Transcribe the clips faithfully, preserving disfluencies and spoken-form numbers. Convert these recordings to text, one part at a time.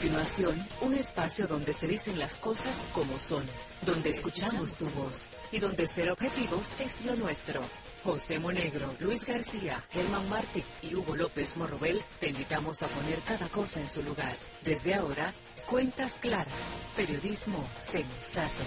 continuación, un espacio donde se dicen las cosas como son, donde escuchamos tu voz y donde ser objetivos es lo nuestro. José Monegro, Luis García, Germán Martí y Hugo López Morrobel te invitamos a poner cada cosa en su lugar. Desde ahora, Cuentas Claras, periodismo sensato.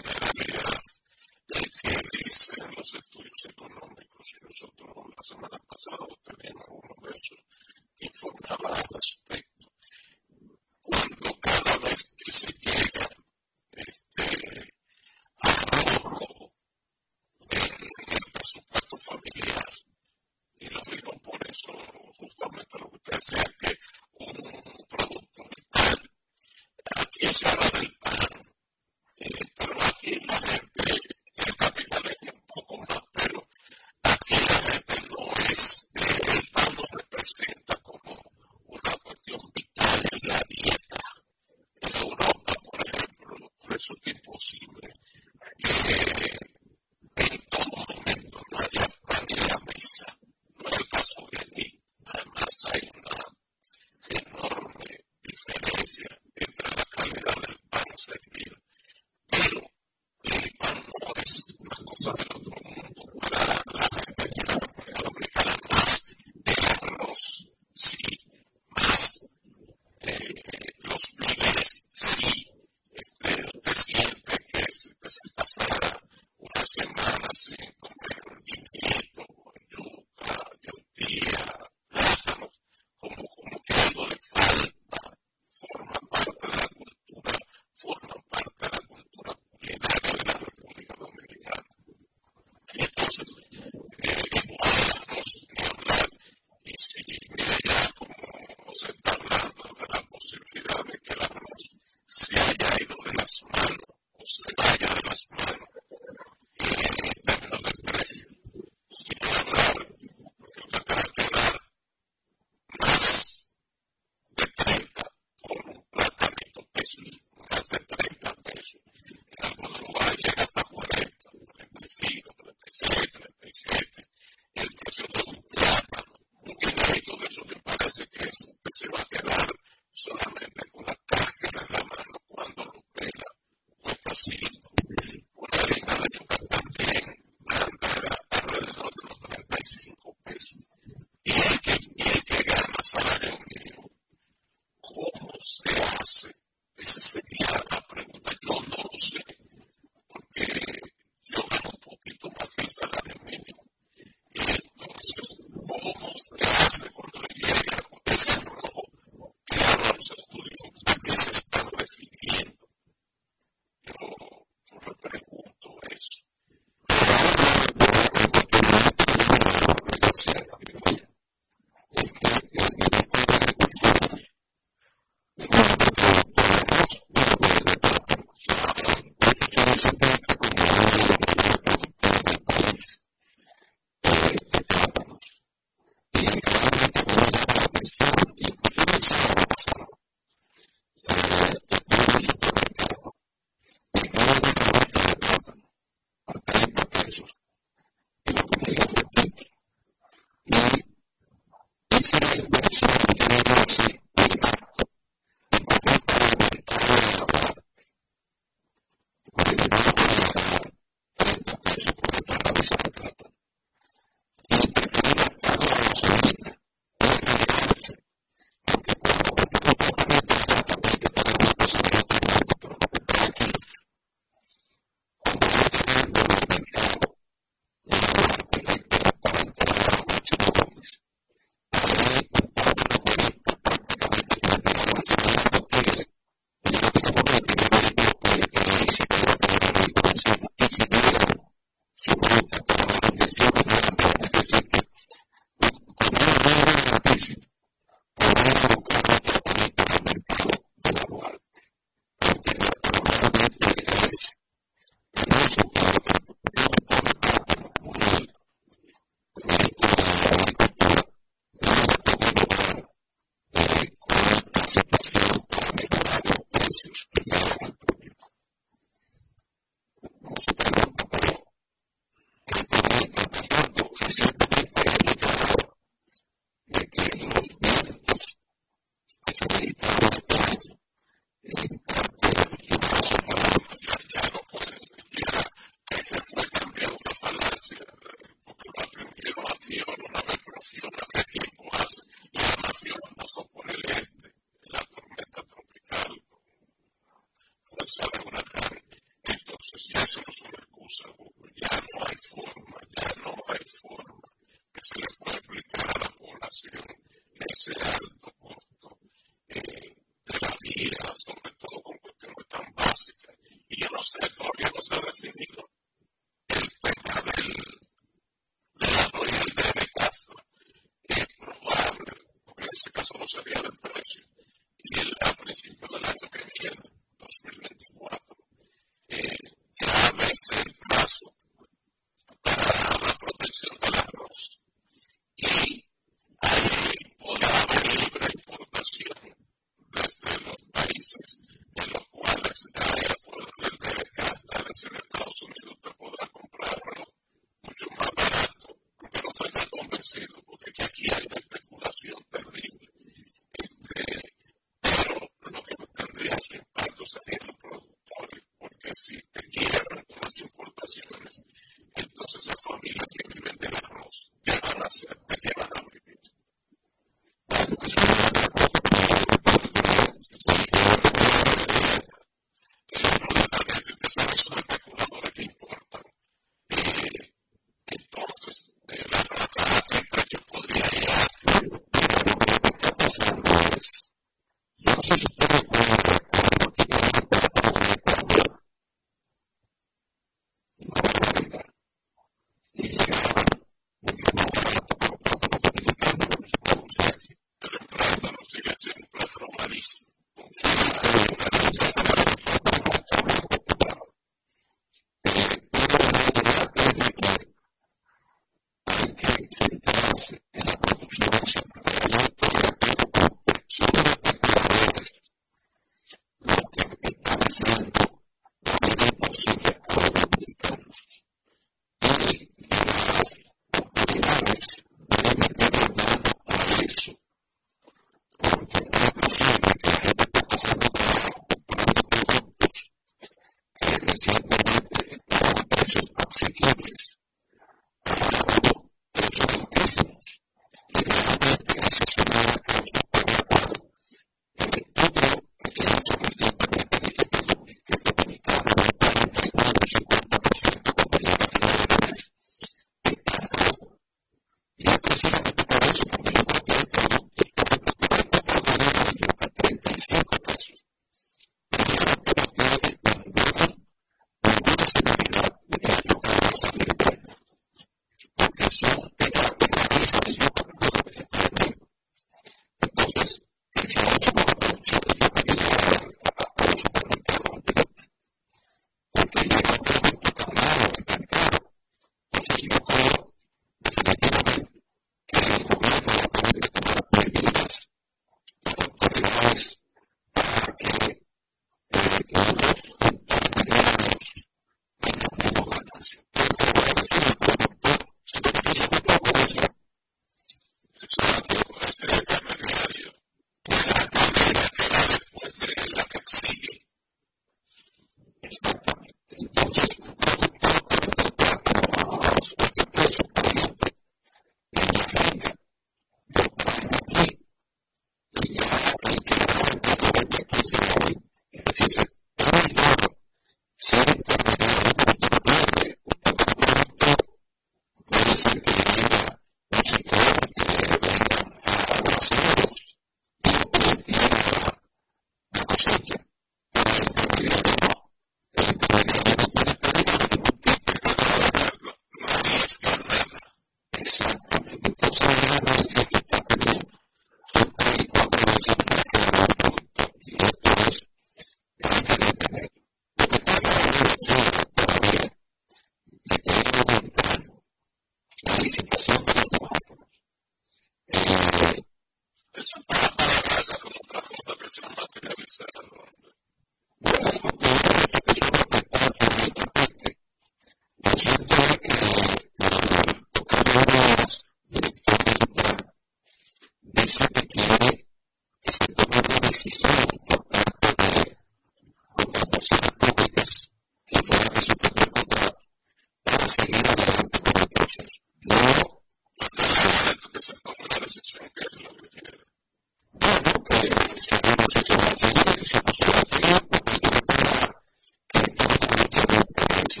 Thank you.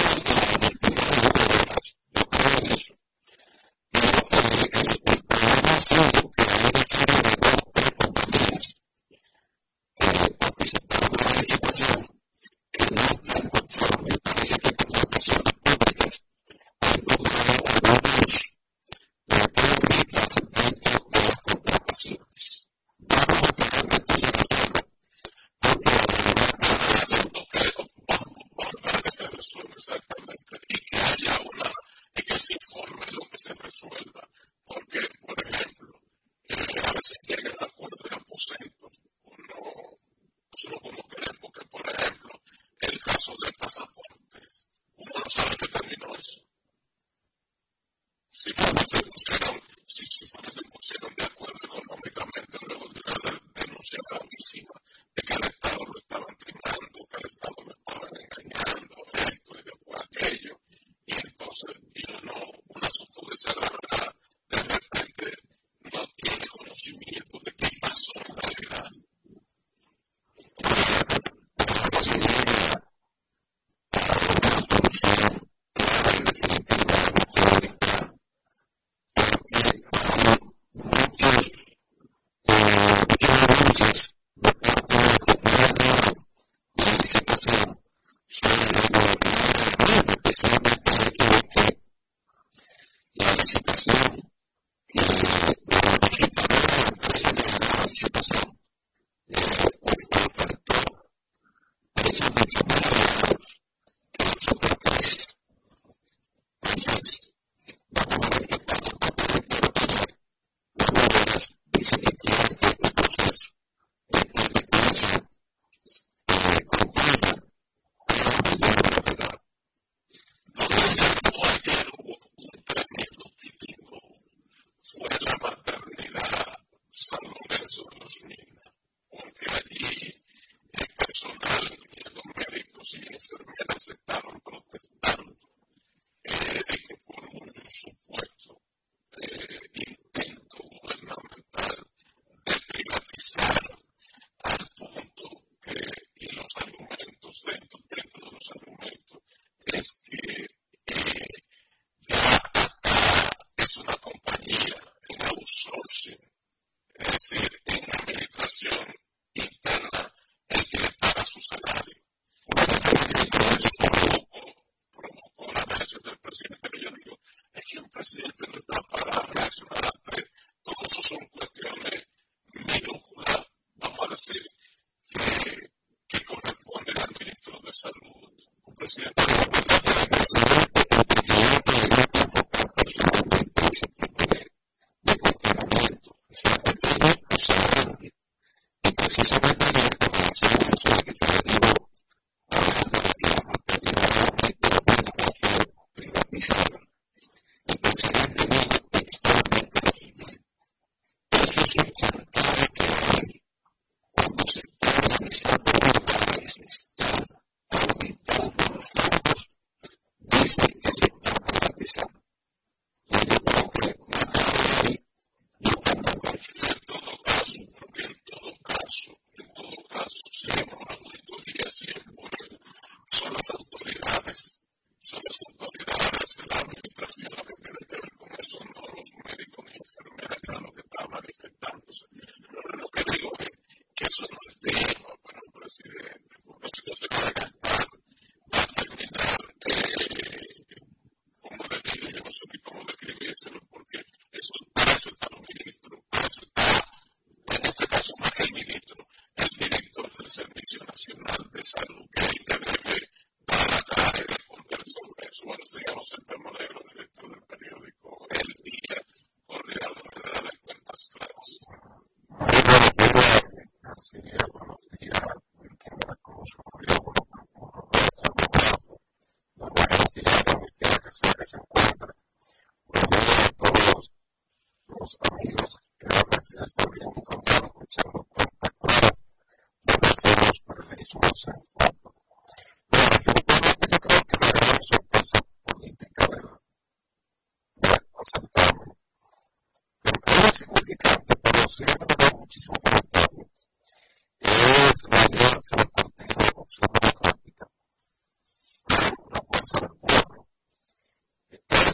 Es la alianza del Partido Acción Democrática, una fuerza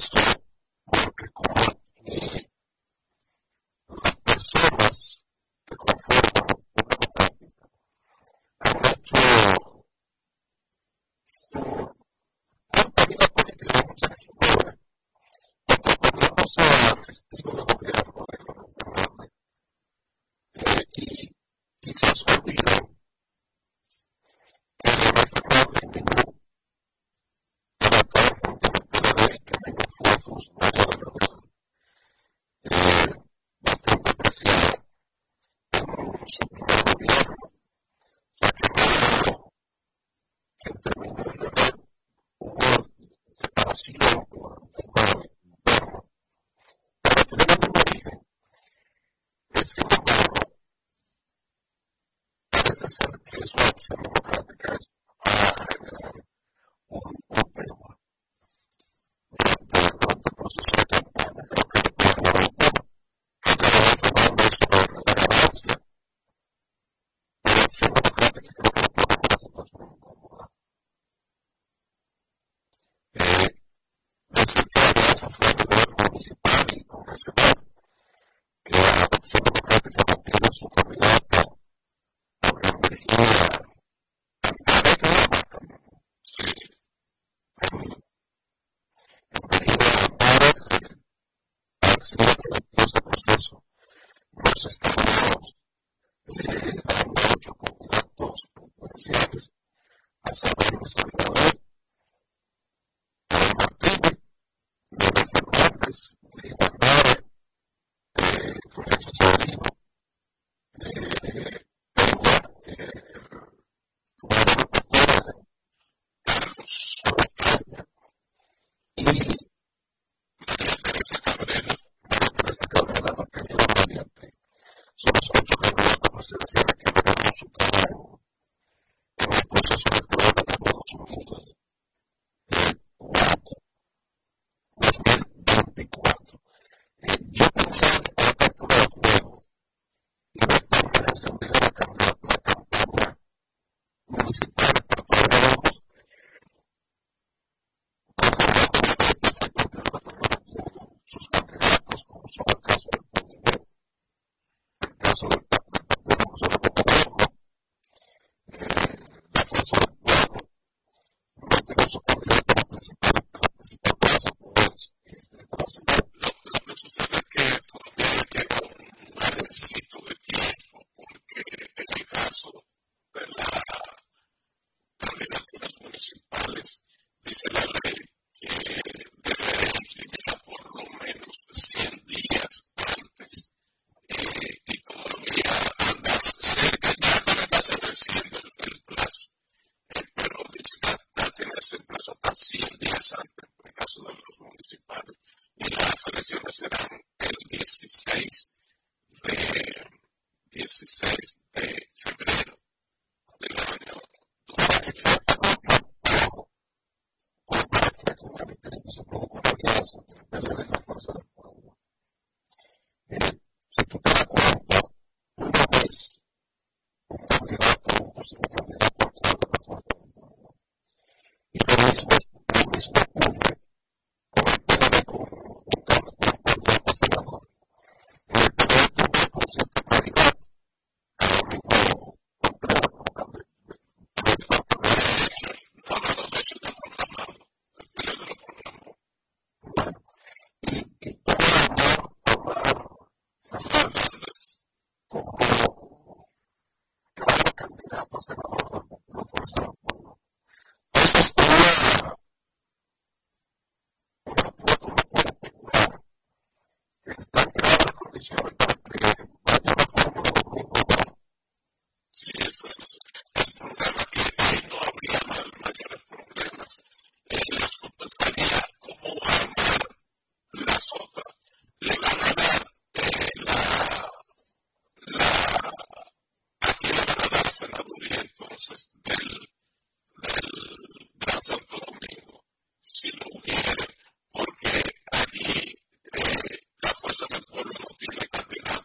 Fuerza del Pueblo no tiene candidato.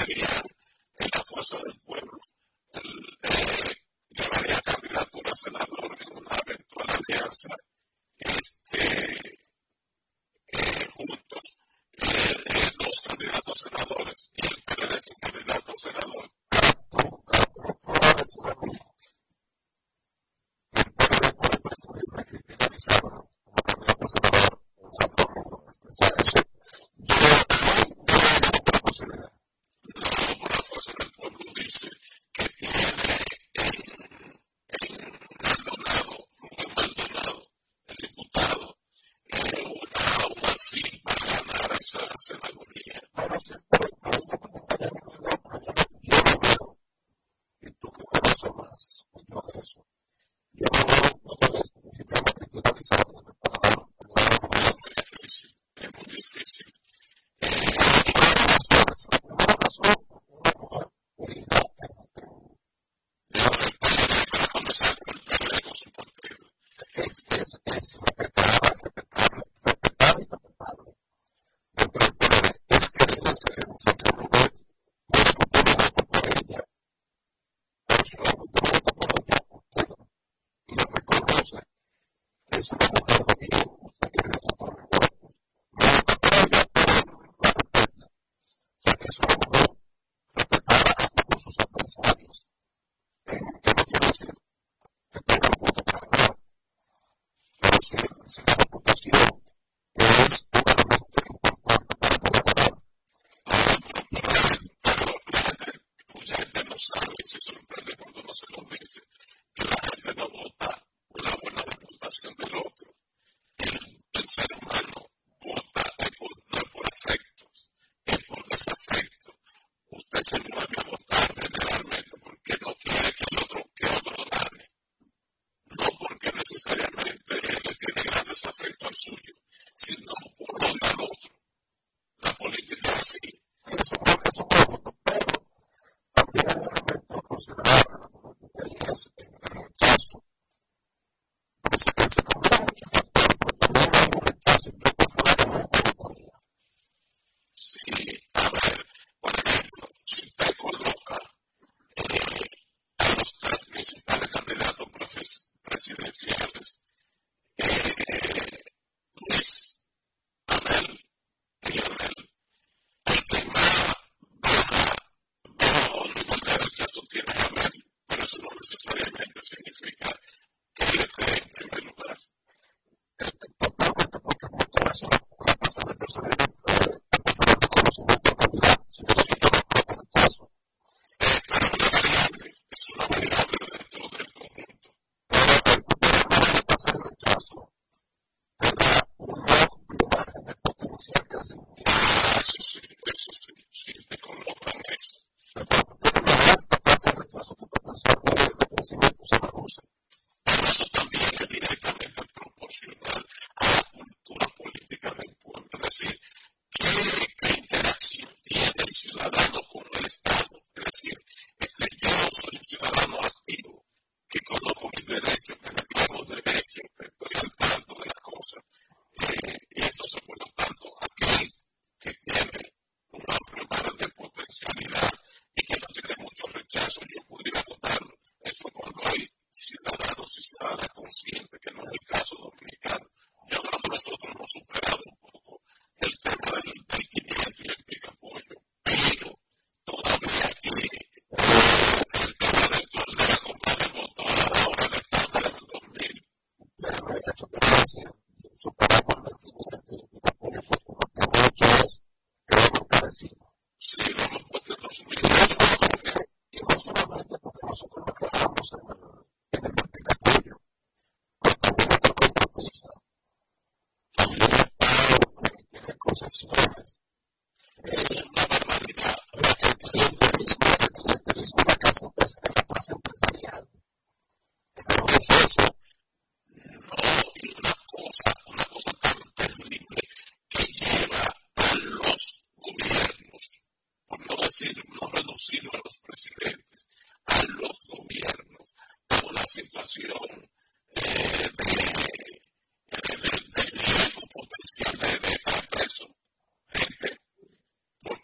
Porque después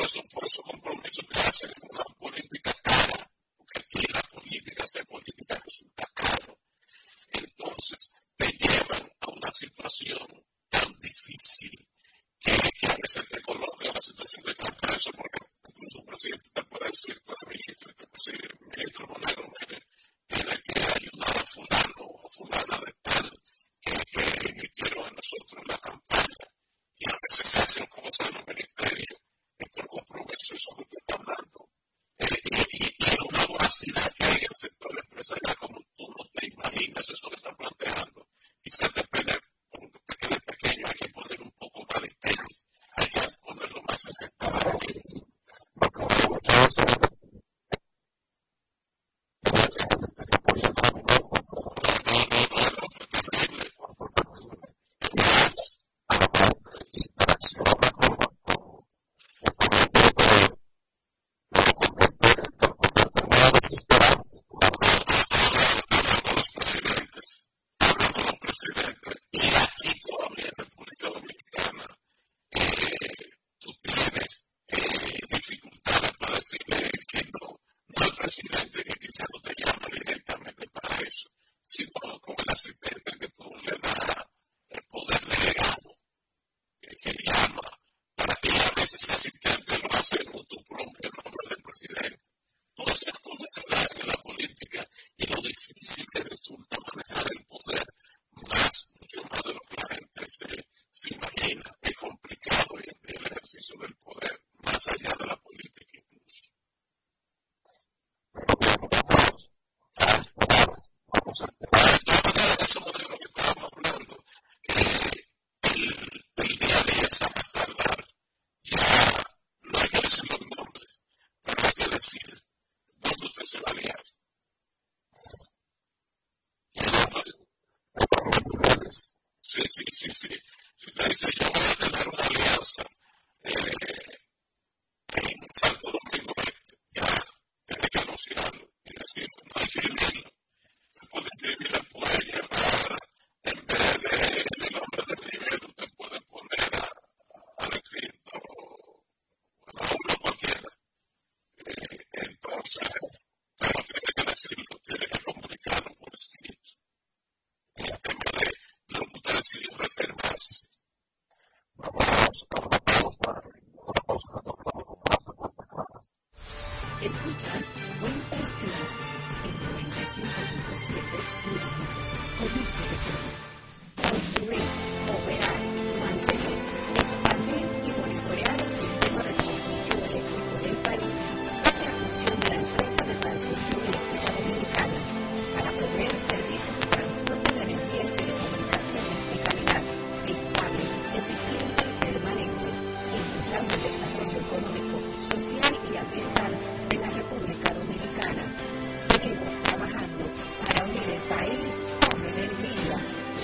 Escuchas Cuentas Claras en noventa y cinco punto siete Lima. Conoce de todo. Construir, operar, mantener, expandir y monitorear el sistema de transmisión eléctrica del país es la función de la empresa de transmisión eléctrica dominicana para proveer servicios de transporte de energía y telecomunicaciones de calidad, estable, eficiente y permanente, impulsando el desarrollo económico, social y ambiental de la República Dominicana. Seguimos trabajando para unir el país con energía.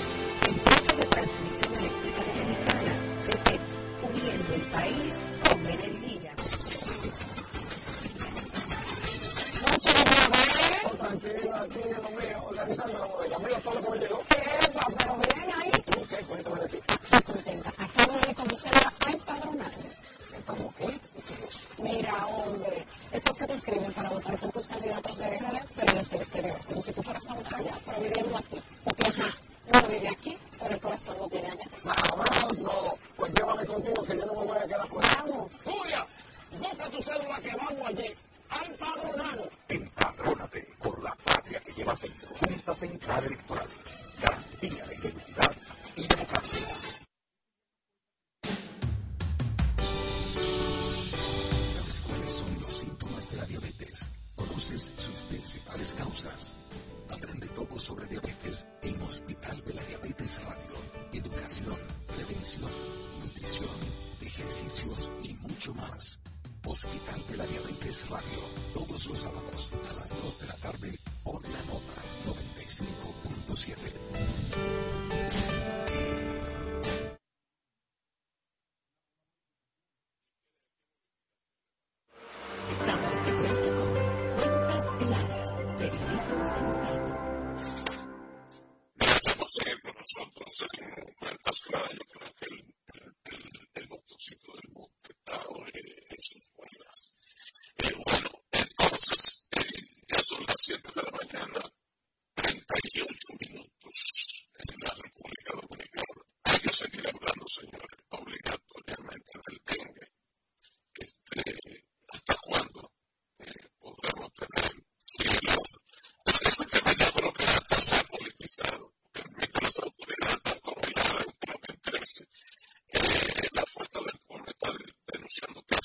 Empresa de Transmisión Eléctrica Dominicana, C T E P, uniendo el país con energía. Tranquila, aquí en lo mío, organizando la bodega. Mira todo lo que me llegó. Epa, pero bien ahí. ¿Tú qué? Cuéntame de ti. Estoy contenta. Acabo de comenzar a empadronar. ¿Cómo qué? ¿Qué es eso? Mira, hombre, esos que te escriben para votar por tus candidatos de R D, pero desde el exterior, como si tú fueras a votar allá, pero viviendo aquí. Porque, ajá, uno vive aquí, pero el corazón no tiene allá. ¡Sabroso! Pues llévame contigo que yo no me voy a quedar fuera. Vamos. Julia, busca tu cédula que vamos allí. ¡A empadronar! Empadrónate por la patria que llevas dentro. Junta Central Electoral. Garantía de identidad y democracia. ¿Sabes cuáles son los síntomas de la diabetes? ¿Conoces sus principales causas? Aprende todo sobre diabetes en Hospital de la Diabetes Radio. Educación, prevención, nutrición, ejercicios y mucho más. Hospital de la Diabetes Radio, todos los sábados a las dos de la tarde por la nota noventa y cinco punto siete. Estamos de vuelta con Cuentas Claras, periodismo sensato. Estamos siguiendo nosotros en Cuentas Claras. Yo creo que el, el, el, el doctorcito del mundo está hoy en su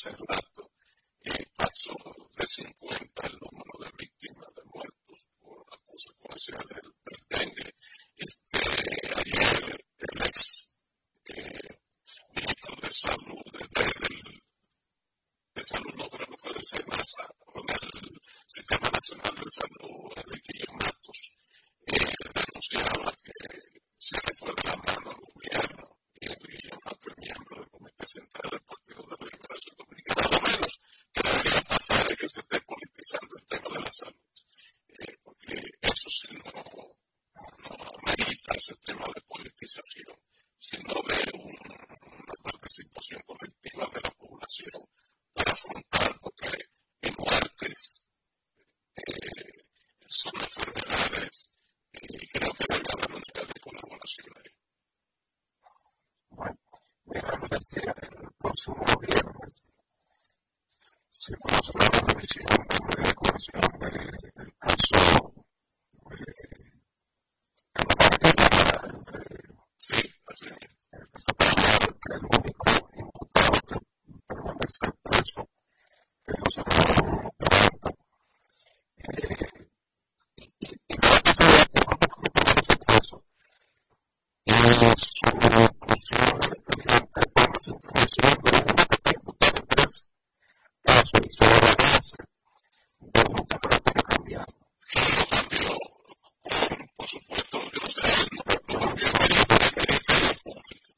hace rato eh, pasó de cincuenta el número de víctimas, de muertos por la consecuencia del, del dengue. Este, ayer el ex eh, ministro de Salud, de, de, de Salud, no creo que fue de SENASA, o del Sistema Nacional de Salud, Enrique Matos, eh, denunciaba que se le fue de la mano al gobierno y Enrique Matos, el miembro del Comité Central del Partido de la Liberación Dominicana, lo menos que debería pasar es que se esté politizando el tema de la salud, eh, porque eso sí no, no merita ese tema de politización, sino de un, una participación colectiva de la población para afrontar, porque en muertes eh, son enfermedades y creo que debe haber un nivel de colaboración ahí. Bueno, mira, lo decía, el próximo viernes se conoce la revisión de la comisión del caso de la marca de sí, así es. Que el único imputado que permanece preso es José Manuel Peralta. Eh, y, y la verdad es que no permanece preso y su inclusión del expediente por la simplificación de un imputado de tres casos y sobre la base de un carácter cambiado. Lo cambió, por supuesto, yo no sé, no lo cambió por el Ministerio Público.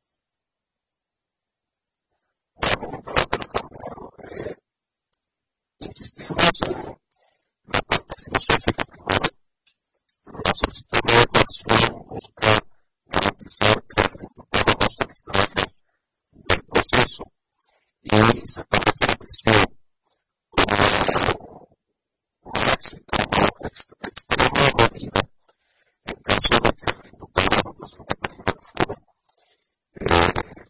Bueno, un carácter cambiado. Eh, insistimos en la parte filosófica primero. La solicitud de coacción busca garantizar que el imputado no se distraiga del proceso y se establece la prisión como una extrema medida en caso de que el imputado no presente peligro de fuga. Eh,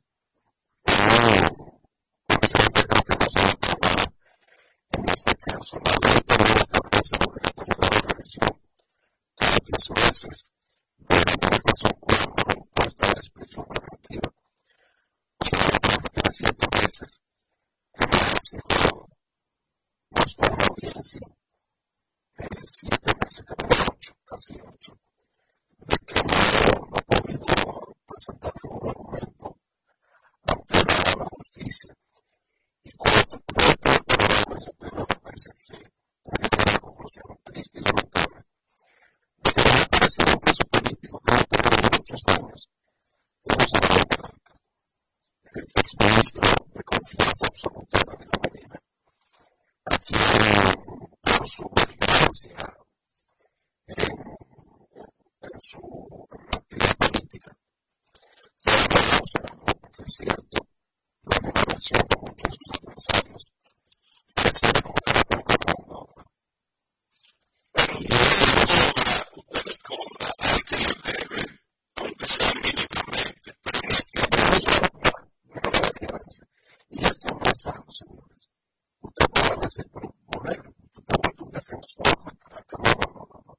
un diferente creo que no se aprobada en este caso. La ley también establece la obligatoriedad de revisión cada tres meses de la razón cuando impuesta la expresión preventiva. O sea, que siete meses que no ha sido puesto en audiencia, eh, siete meses que no ocho, casi ocho, de que no, no ha podido presentar ningún argumento ante la, la justicia. Y cuando puede estar para ese tema, me parece que puede llegar a la conclusión triste y lamentable de que no me parece un preso político que va a tener muchos años. Vamos a ver Peralta, el exministro de confianza absoluta de Danilo Medina, a quien por su vigilancia en, en su en actividad política se ha ganado, se ganó, porque es cierto, la liberación de muchos de sus adversarios que se le colocará por cada obra. Pero usted usted le cobra al que le debe, aunque sea mínimamente, pero no es que no no la evidencia. Y esto no es sano, señores. Usted puede decir, pero Moreno, usted ha vuelto un defensor de Caracas. No, no, no, no, no.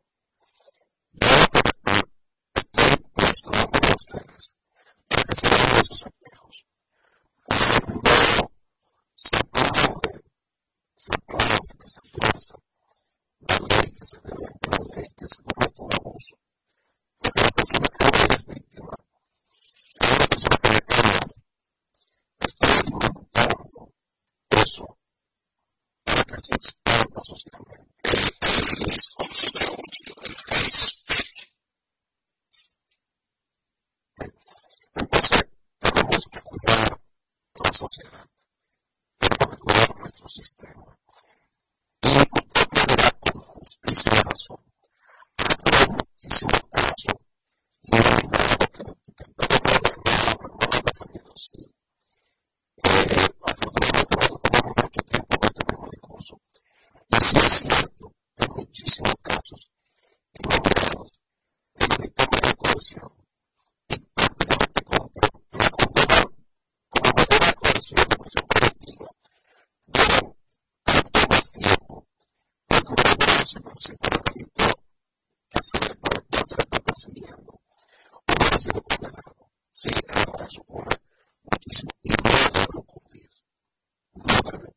Yo estoy mostrando a ustedes para que se vean esos espejos. Primero, se aplaude, se aplaude que se fuerza la ley, que se violenta la ley, que se comete un abuso. Porque la persona que hoy es víctima es una persona que reclama. Está alimentando eso para que se expanda socialmente. el discurso de odio, el hate. Entonces, tenemos que cuidar la sociedad, tenemos que cuidar nuestro sistema. Y usted me dirá con justicia y razón, hay muchísimos casos y el abogado que intentaron gobernar, no lo han defendido así. Eh, afortunadamente no tomamos mucho tiempo en este mismo discurso. Y sí es cierto, hay muchísimos casos innombrados en el tema de la coerción. Y prácticamente como la condena, como medida de coerción de presión preventiva, llevan tanto más tiempo porque una regulación se para delito que se le para el cual se le está persiguiendo o ha sido condenado. Sí, ahora eso ocurre muchísimo y no debe ocurrir. No debe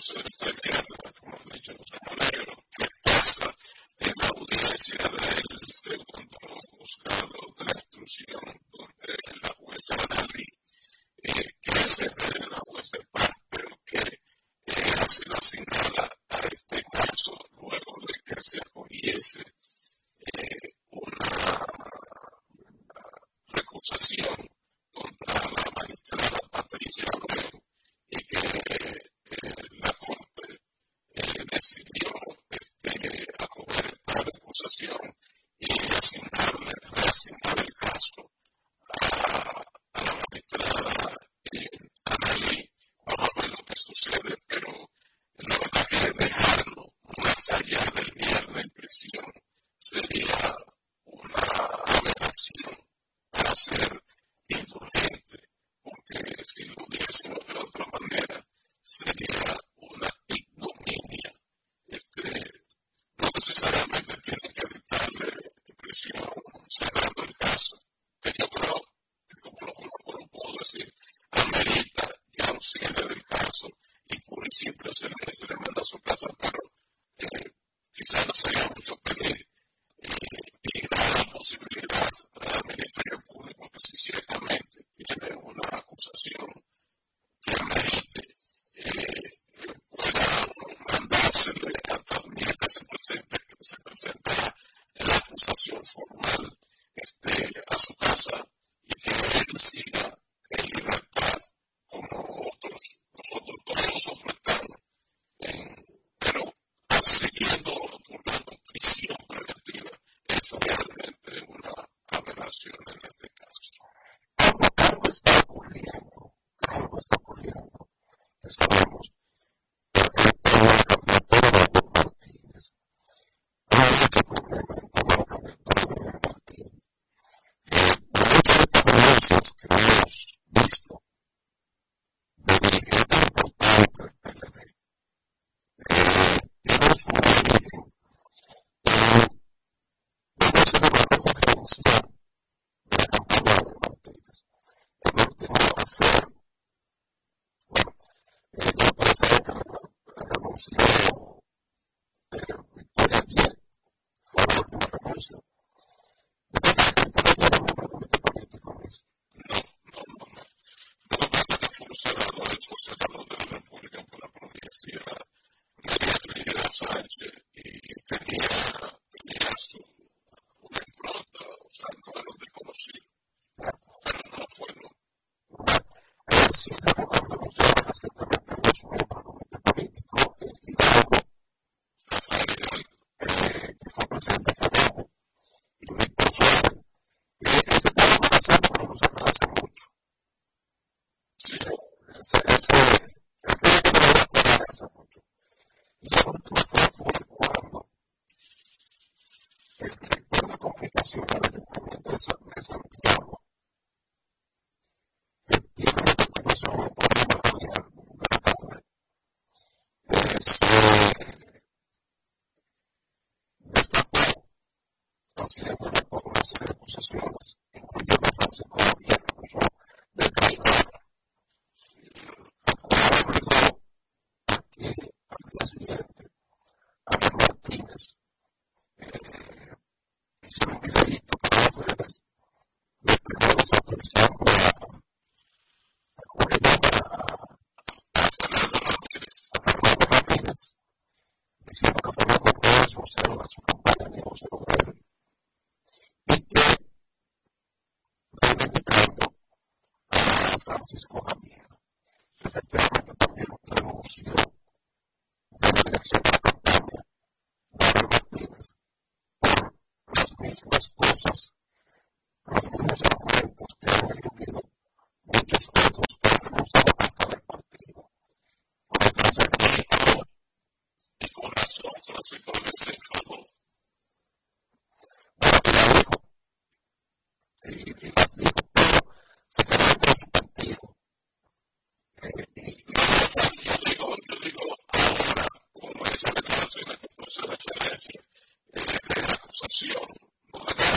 esa declaración que se referencia, eh, de la acusación, no de la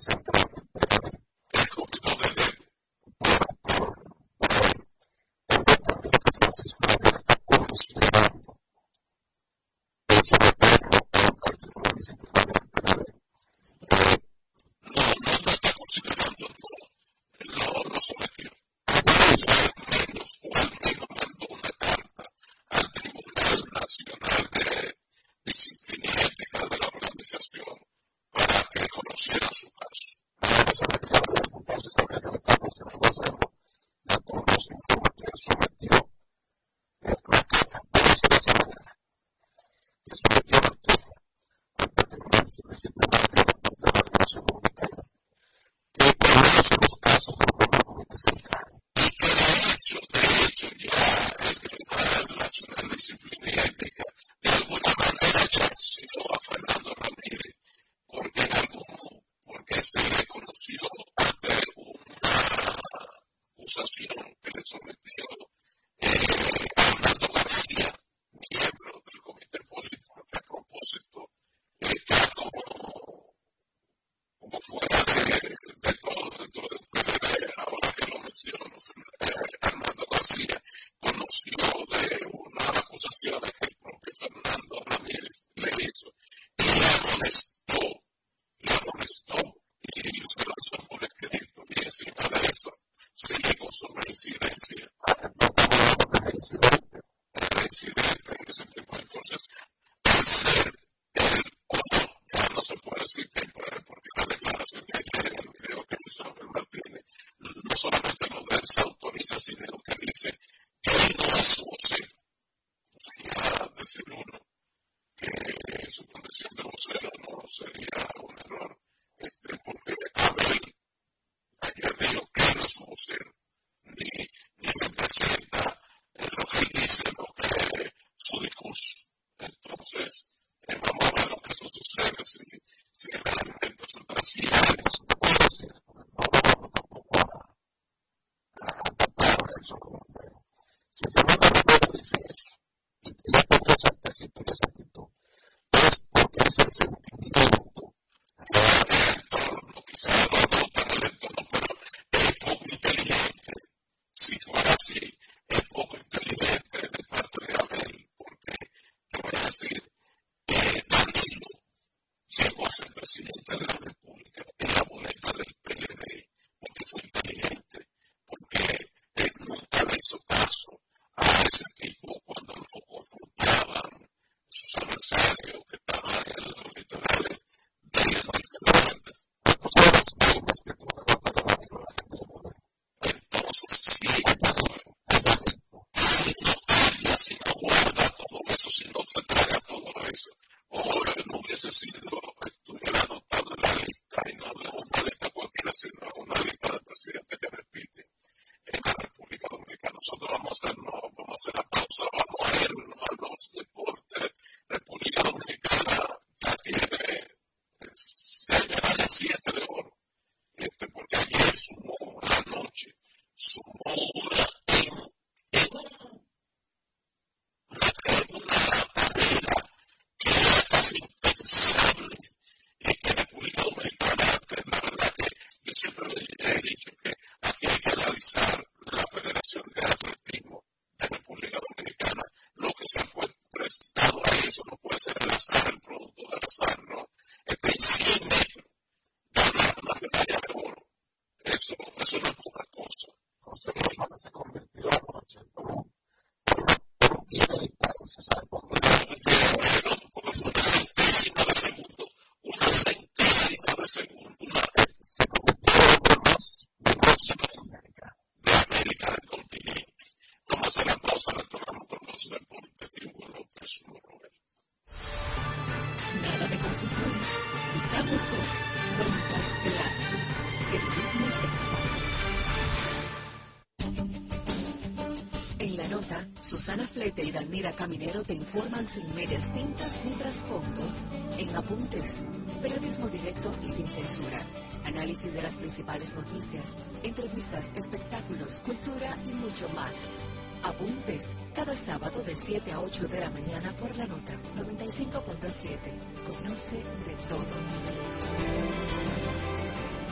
Y Dalmira Caminero te informan sin medias tintas ni trasfondos. En Apuntes, periodismo directo y sin censura. Análisis de las principales noticias, entrevistas, espectáculos, cultura y mucho más. Apuntes, cada sábado de siete a ocho de la mañana por la nota noventa y cinco punto siete. Conoce de todo.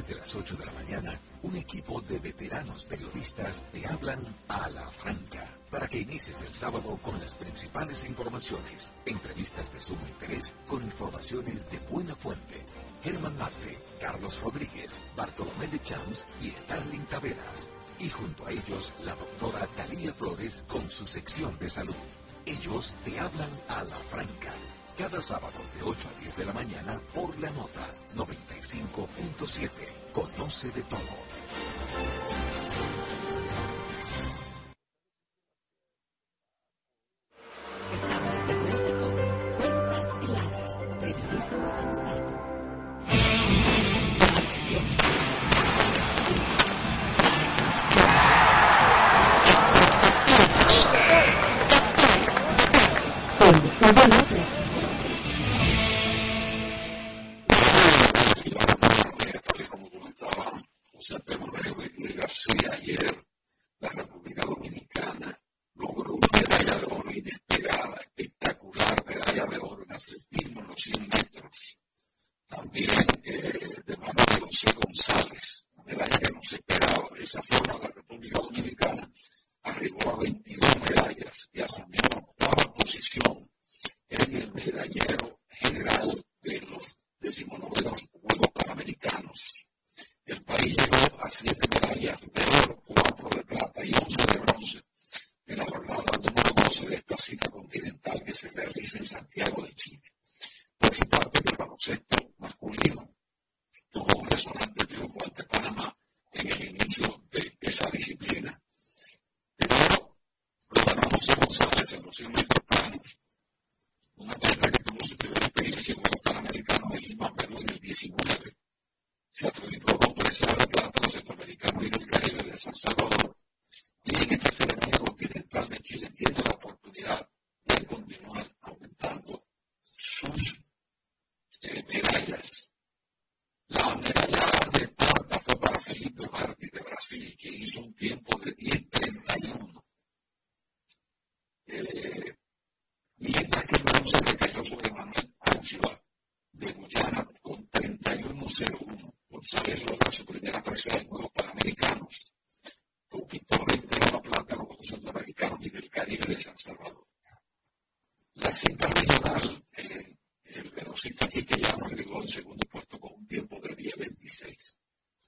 Desde las ocho de la mañana, un equipo de veteranos periodistas te hablan a la franca para que inicies el sábado con las principales informaciones, entrevistas de sumo interés con informaciones de buena fuente. Germán Marte, Carlos Rodríguez, Bartolomé de Champs y Starling Taveras. Y junto a ellos, la doctora Talía Flores con su sección de salud. Ellos te hablan a la franca. Cada sábado de ocho a diez de la mañana por La Nota noventa y cinco punto siete. Conoce de todo. Estamos de vuelta con Cuentas Claras, periodismo sensato. La acción. Hugo López. José Pedro Luis García, ayer la República Dominicana logró una medalla de oro inesperada, espectacular, medalla de oro en atletismo en los cien metros. También eh, de mano de José González, medalla que no se esperaba. De esa forma la República Dominicana arribó a veintidós medallas y asumió la octava posición en el medallero general de los decimonovenos Juegos Panamericanos. El país llegó a siete medallas de oro, cuatro de plata y once de bronce en la jornada número doce de esta cita continental que se realiza en Santiago de Chile. Por su parte, el baloncesto masculino tuvo un resonante triunfo ante Panamá en el inicio de esa disciplina. Pero lo ganó José González en los cien metros planos, una atleta que tuvo su primera experiencia en Juegos Panamericanos de Lima, Perú en el diecinueve. Se adjudicó dos preseas de plata a los centroamericanos y del Caribe de San Salvador. Y en esta ceremonia continental de Chile tiene la oportunidad de continuar aumentando sus eh, medallas. La medalla de plata fue para Felipe Martí de Brasil, que hizo un tiempo de diez treinta y uno. Eh, mientras que el bronce recayó sobre Manuel Ánchiva de Guyana con treinta y uno cero uno. González logra su primera presea en Juegos Panamericanos. Conquistó reitero la plata en los Juegos Centroamericanos y del Caribe de San Salvador. La cinta regional, eh, el velocista Quique Llano agregó el segundo puesto con un tiempo de diez veintiséis.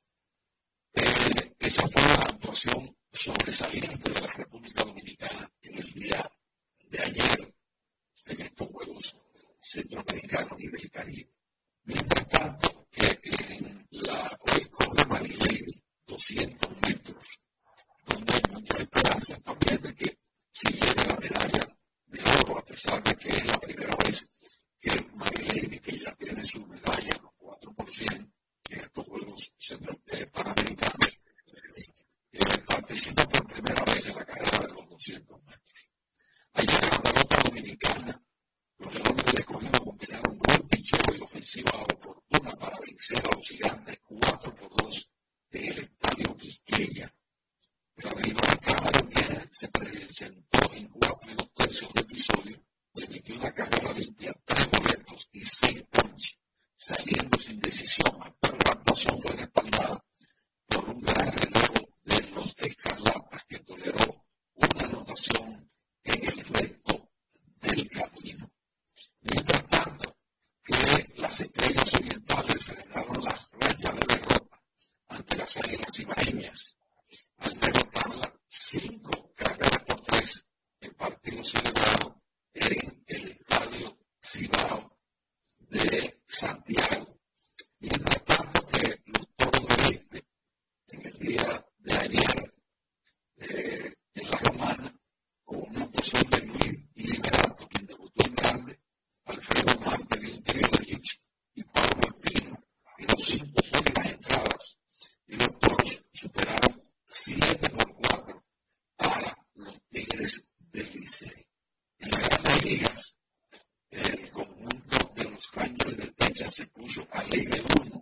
Eh, esa fue la actuación sobresaliente de la República Dominicana en el día de ayer en estos Juegos Centroamericanos y del Caribe. Mientras tanto, que en la hoy corre Marilady, doscientos metros, donde hay mucha esperanza también de que si llega la medalla de oro, a pesar de que es la primera vez que Marilady, que ya tiene su medalla en los cuatro por ciento en estos Juegos Centro, eh, Panamericanos, eh, participa por primera vez en la carrera de los doscientos metros. Ayer en la pelota dominicana, los Leones del Escogido combinaron buen picheo y ofensiva oportuna para vencer a los Gigantes cuatro por dos en el estadio Quisqueya. El abridor Cameron Kenneth se presentó en cuatro y dos tercios de episodio, permitió una carrera limpia, tres boletos y seis ponches, saliendo sin decisión, pero la actuación fue respaldada por un gran relevo de los Escarlatas que toleró una anotación en el resto del camino. Mientras tanto, que las Estrellas Orientales frenaron las rachas de derrota ante las Águilas Cibaeñas al derrotarla cinco carreras por tres en partido celebrado en el estadio Cibao de Santiago. Mientras tanto, que los Toros del Este en el día de ayer eh, en la Romana, con una actuación de Luis y Liberato, quien debutó en grande, Alfredo Marte de un trío de hits y Pablo Espino tiró cinco sólidas entradas y los Toros superaron siete por cuatro para los Tigres del Licey. En las grandes ligas, el conjunto de los Rangers de Texas se puso alegre uno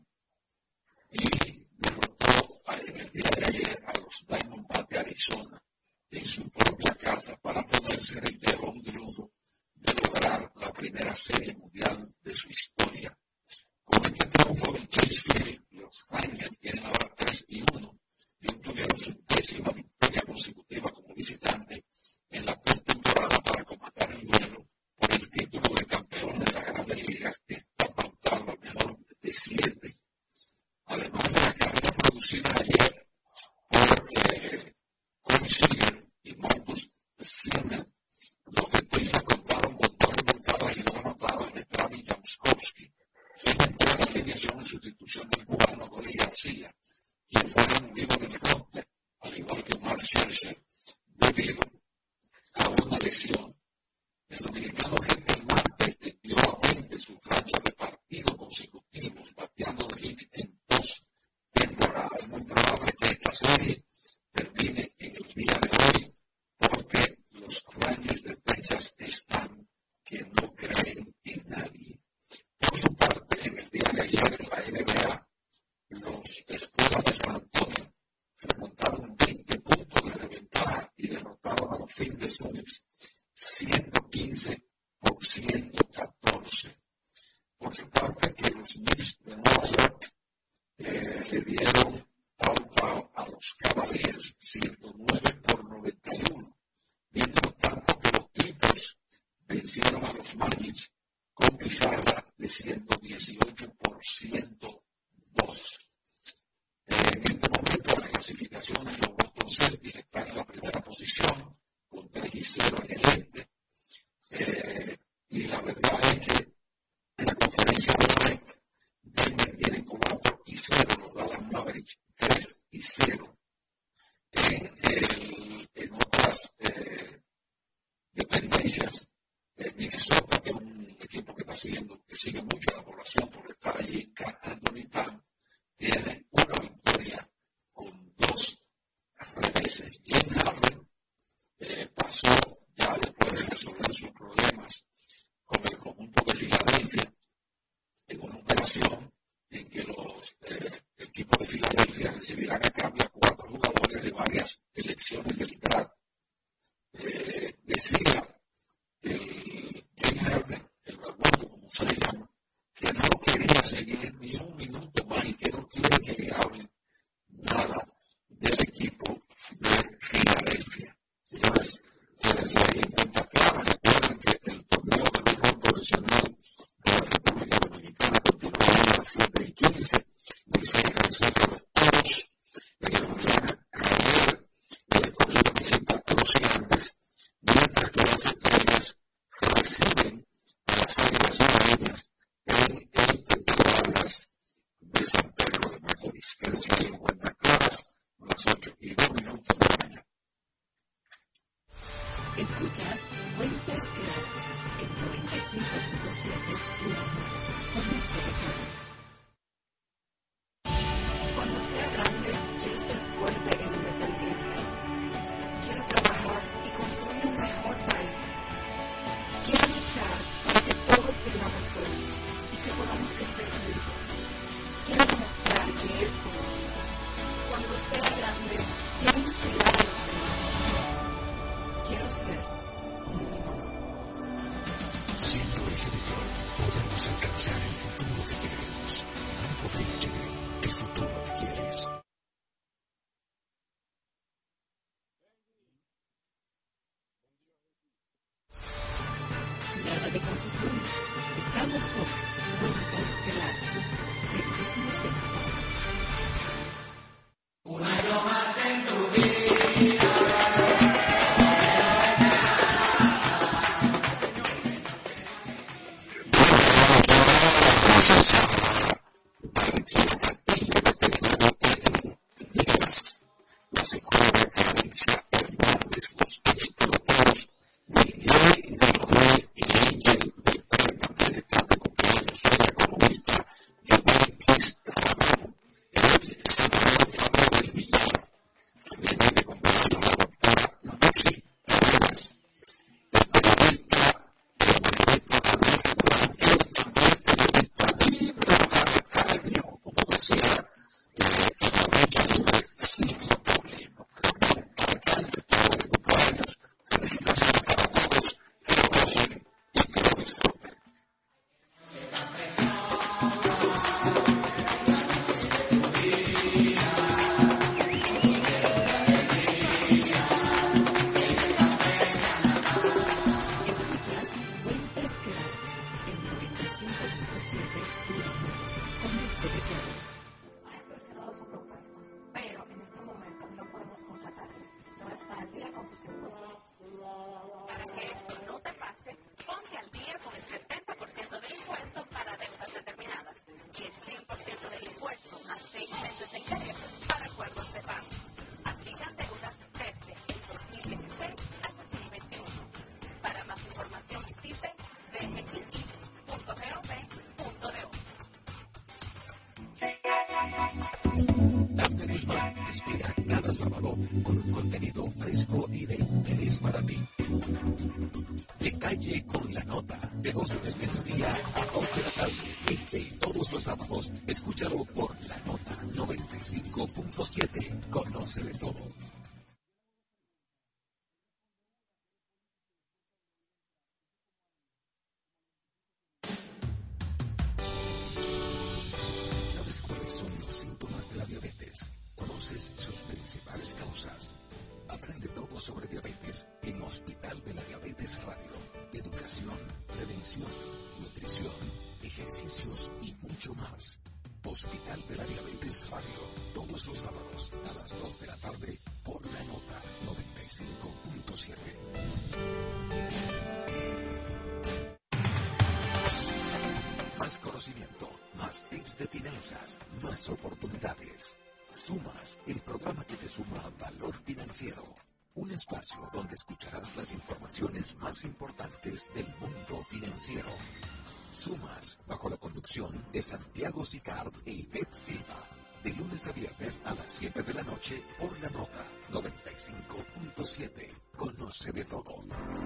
y derrotó en el día de ayer a los Diamondbacks de Arizona en su propia casa para ponerse reiteró un triunfo de lograr la primera serie mundial de su historia. Con este triunfo en Chase Field, los Rangers tienen fin de Phoenix, ciento quince por ciento catorce. Por su parte, que los Knicks de Nueva York eh, le dieron auto a los Cavaliers, ciento nueve por noventa y uno. Mientras tanto que los Clippers vencieron a los Magic con pizarra de ciento dieciocho por ciento dos. En este momento las clasificaciones, los Boston Celtics están en la primera posición con tres y cero en el este. Eh, y la verdad es que en la conferencia de la N E C, Denver tiene cuatro y cero, los Dallas Mavericks tres y cero. En, el, en otras eh, dependencias, eh, Minnesota, que es un equipo que está siguiendo, que sigue mucho a la población por estar allí, Anthony Town, tiene una victoria con dos reveses. Jim Harden eh, pasó ya después de resolver sus problemas con el conjunto de Filadelfia en una operación en que los eh, equipos de Filadelfia recibirán a cambio a cuatro jugadores de varias elecciones del draft. Eh, decía el Jim Harden, el barbudo, como se le llama, que no quería seguir ni un minuto más y que no quiere que le hablen nada del equipo de Filadelfia. Señores, ustedes ahí en cuenta clara, recuerden que el torneo de béisbol profesional de la República Dominicana continúa a las siete y quince. Licey recibe a los Toros. En el Julián ayer el escogido visita a los Gigantes, mientras que las Estrellas reciben a las Águilas Ibaeñas en el Tetradas de San Pedro de Macorís. Quédense ahí en cuentas claras, a las ocho y dos minutos de la mañana. Escuchas Cuentas Claras en noventa y cinco punto siete La Nueva. Conoce de todo. Cuando sea grande, quiero ser fuerte e independiente. Quiero trabajar y construir un mejor país. Quiero luchar para que todos tengamos voz y que podamos crecer juntos. Quiero demostrar que es posible. Cuando sea grande, quiero inspirar a los demás. Quiero ser como mi mamá. Siendo eje de todo, podemos alcanzar el futuro que queremos. Banco B H D, el futuro que quieres. Nada de confusiones. Estamos con Cuentas Claras. Permitimos empezar. Un año más en tu vida. Espera cada sábado con un contenido fresco y de interés para ti. Detalle con la nota, de doce del mediodía a dos de la tarde. Este y todos los sábados, escúchalo por la nota noventa y cinco punto siete. Conoce de todo. Diabetes Radio. Educación, prevención, nutrición, ejercicios y mucho más. Hospital de la Diabetes Radio. Todos los sábados a las dos de la tarde por la nota noventa y cinco punto siete. Más conocimiento, más tips de finanzas, más oportunidades. Sumas, el programa que te suma valor financiero. Un espacio donde escucharás las informaciones más importantes del mundo financiero. Sumas, bajo la conducción de Santiago Sicard e Ivette Silva. De lunes a viernes a las siete de la noche por la nota noventa y cinco punto siete. Conoce de todo.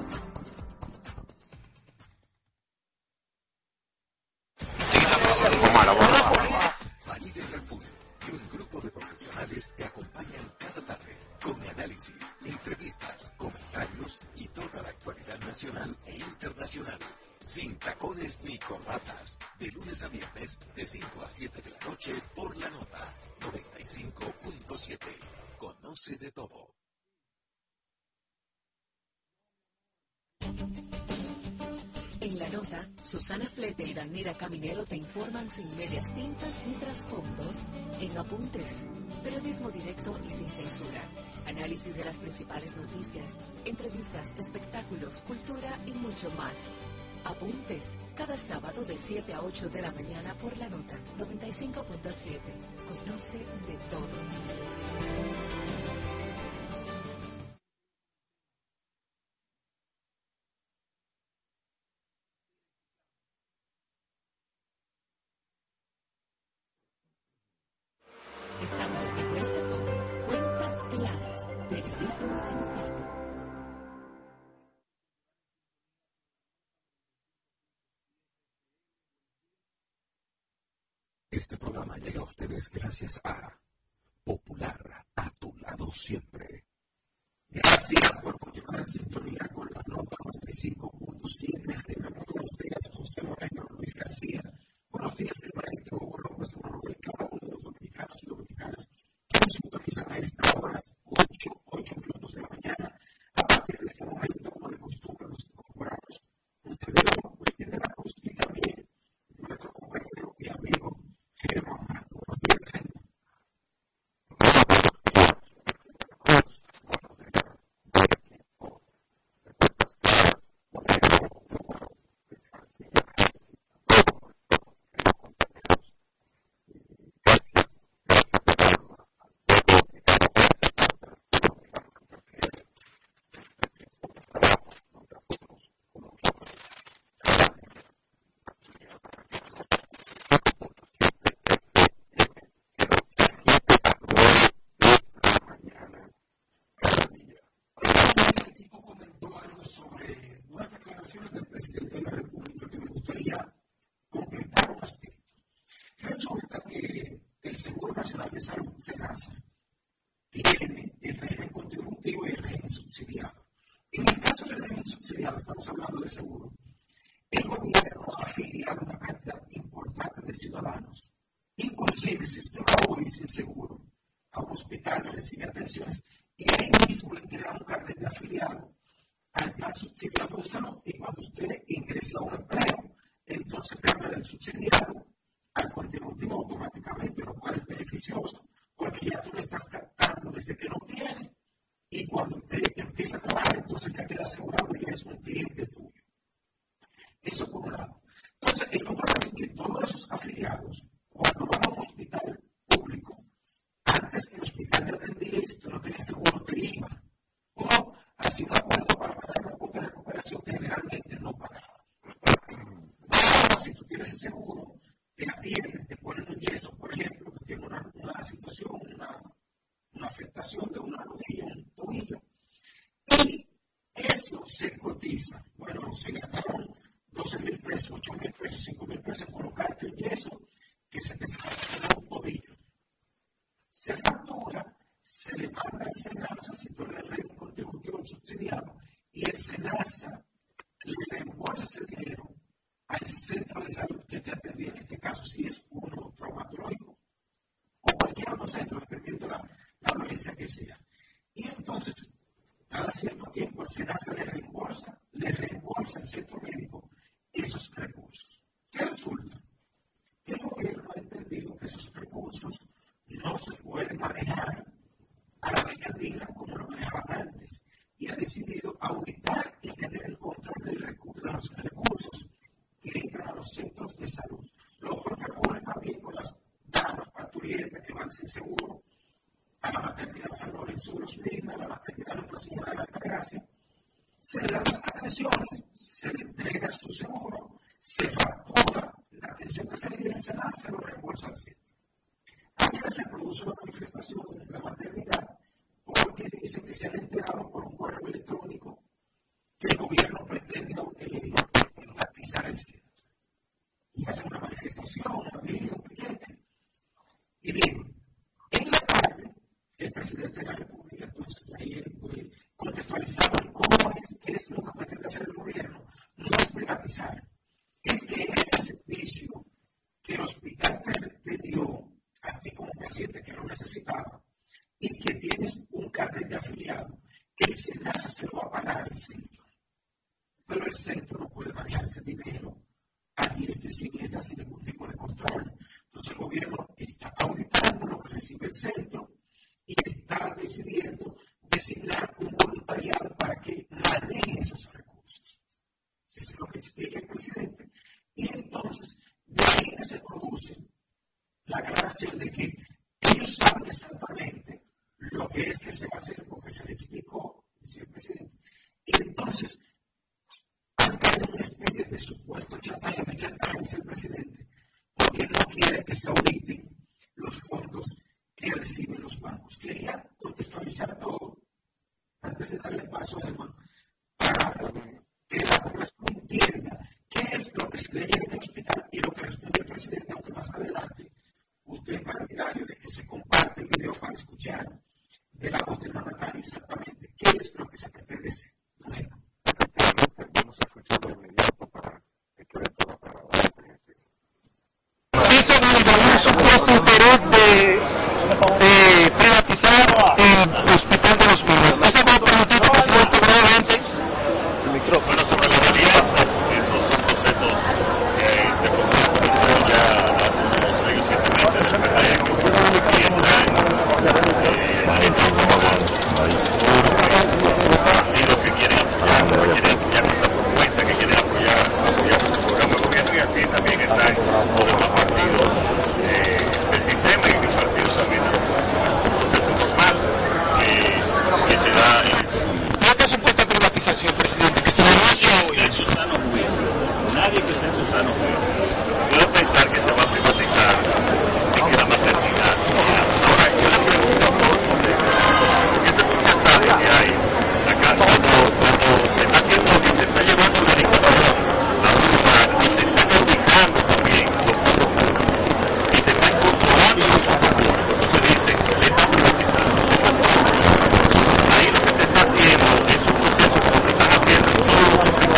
Valide Refull y un grupo de profesionales te acompañan cada tarde con análisis, entrevistas, comentarios y toda la actualidad nacional e internacional. Sin tacones ni corbatas. De lunes a viernes, de cinco a siete de la noche, por la nota noventa y cinco punto siete. Conoce de todo. En la nota, Susana Flete y Danira Caminero te informan sin medias tintas ni trasfondos. En Apuntes, periodismo directo y sin censura. Análisis de las principales noticias, entrevistas, espectáculos, cultura y mucho más. Apuntes, cada sábado de siete a ocho de la mañana por la nota noventa y cinco punto siete. Conoce de todo. Estamos de vuelta con Cuentas Claras, periodismo sensato. Este programa llega a ustedes gracias a Popular, a tu lado siempre. Gracias por continuar en sintonía con la nota noventa y cinco punto siete. Buenos días, José Moreno, Luis García. Buenos días, el maestro Hugo López Manuel, cada uno de los dominicanos y dominicanas que nos sintonizan a esta hora, ocho minutos de la mañana. A partir de este momento, como de costumbre, nos incorporamos. Un servidor, Wilkin de la Cruz, y también nuestro compañero y amigo Germán Martín. Buenos días, Germán. Del presidente de la República que me gustaría completar un aspecto. Resulta que el Seguro Nacional de Salud, SENASA, tiene el régimen contributivo y el régimen subsidiado. En el caso del régimen subsidiado, estamos hablando de seguro, el gobierno ha afiliado una cantidad importante de ciudadanos. Inclusive, si usted va hoy sin seguro a un hospital, no recibe atenciones, y ahí mismo le entrega un carnet de afiliado al plan subsidiado de salud, y cuando usted ingresa a un empleo, entonces cambia del subsidiado al contributivo automáticamente, lo cual es beneficioso, porque ya tú le estás captando desde que no tiene, y cuando usted empieza a cobrar, entonces ya queda asegurado y es un cliente tuyo. Eso por un lado. Entonces, el otro lado es que todos esos afiliados, cuando van a un hospital público, antes que el hospital de atendía esto, no tenía seguro de I V A, o hacía un acuerdo para pagar una cuota de recuperación que generalmente no pagaba. Ahora, si tú tienes ese seguro, te atienden, te ponen un yeso, por ejemplo, que tiene una, una situación, una, una afectación de una rodilla, un tobillo, y eso se cotiza. Bueno, se gastaron doce mil pesos, ocho mil pesos, cinco mil pesos en colocarte un yeso que se te fracturó un tobillo. Se factura, se le manda al SENASA, si tú le régimen contributivo subsidiado, y el SENASA le reembolsa ese dinero al centro de salud que te atendía, en este caso si es uno traumatológico o cualquier otro centro, dependiendo de la, la dolencia que sea. Y entonces, cada cierto tiempo el SENASA le reembolsa, le reembolsa al centro médico esos recursos. ¿Qué resulta? El gobierno ha entendido que esos recursos no se pueden manejar a la mercantil como lo manejaban antes y ha decidido auditar y tener el control de los recursos que entran a los centros de salud. Lo propio ocurre también con las damas parturientas que van sin seguro a la maternidad San Lorenzo de los Minas, a la maternidad Nuestra Señora de la Altagracia. Se le dan las atenciones, se le entrega su seguro, se factura la atención que se le dio en el Senado, se lo reembolsa al centro. Ayer se produce una manifestación en la maternidad porque dicen que se han enterado por un correo electrónico que el gobierno pretende eh, privatizar el centro. Y hacen una manifestación, una video, un piquete. Y bien, en la tarde, el presidente de la República, entonces, ayer pues, contextualizaba cómo es, qué es lo que pretende hacer el gobierno. No es privatizar, es que ese servicio que el hospital te dio a ti como paciente que lo necesitaba y que tienes un carnet de afiliado, el SENASA se lo va a pagar al centro. Pero el centro no puede manejar ese dinero a diestra y siniestra sin ningún tipo de control. Entonces el gobierno está auditando lo que recibe el centro y está decidiendo designar un voluntariado para que maneje esos recursos. Eso es lo que explica el presidente. Y entonces, de ahí que se produce la aclaración de que ellos saben exactamente lo que es que se va a hacer, porque se le explicó, decía el presidente. Y entonces, han caído una especie de supuesto chantaje, de chantaje, dice el presidente, porque no quiere que se auditen los fondos que reciben los bancos. Quería contextualizar todo antes de darle paso a Herman para que la población entienda qué es lo que se le llega en el hospital y lo que responde el presidente, aunque más adelante usted es partidario de que se comparte el video para escuchar de la voz del mandatario exactamente qué es lo que se pretende hacer. Efectivamente, vamos a escucharlo de inmediato para que quede todo para adelante. Dice un supuesto interés de, de privatizar el Hospital de los Pinos. ¿Ese va a permitir, presidente, brevemente? El micrófono sobre las alianzas, esos son procesos que se comenzaron ya hace unos seis o siete meses del P R D y entran y los que quieren apoyar, los que quieren apoyar nuestra propuesta, que quieren apoyar, apoyar nuestro programa de gobierno y así también están los demás partidos eh, del sistema y mis partidos también. Entonces, normal que, que se da en ¿Qué te supuesta privatización, presidente? Que se negocia hoy. en su sano juicio. Nadie que esté en su sano juicio puede pensar que se va a privatizar y que la maternidad. Ahora, yo le pregunto a todos ustedes, porque ese es un chantaje que hay acá cuando, cuando se está haciendo y se está llevando la educación a un lugar y se están auditando también los fondos públicos y se están controlando los fondos públicos. Entonces dicen, le están privatizando. Ahí lo que se está haciendo es un proceso como se están haciendo en todos los hospitales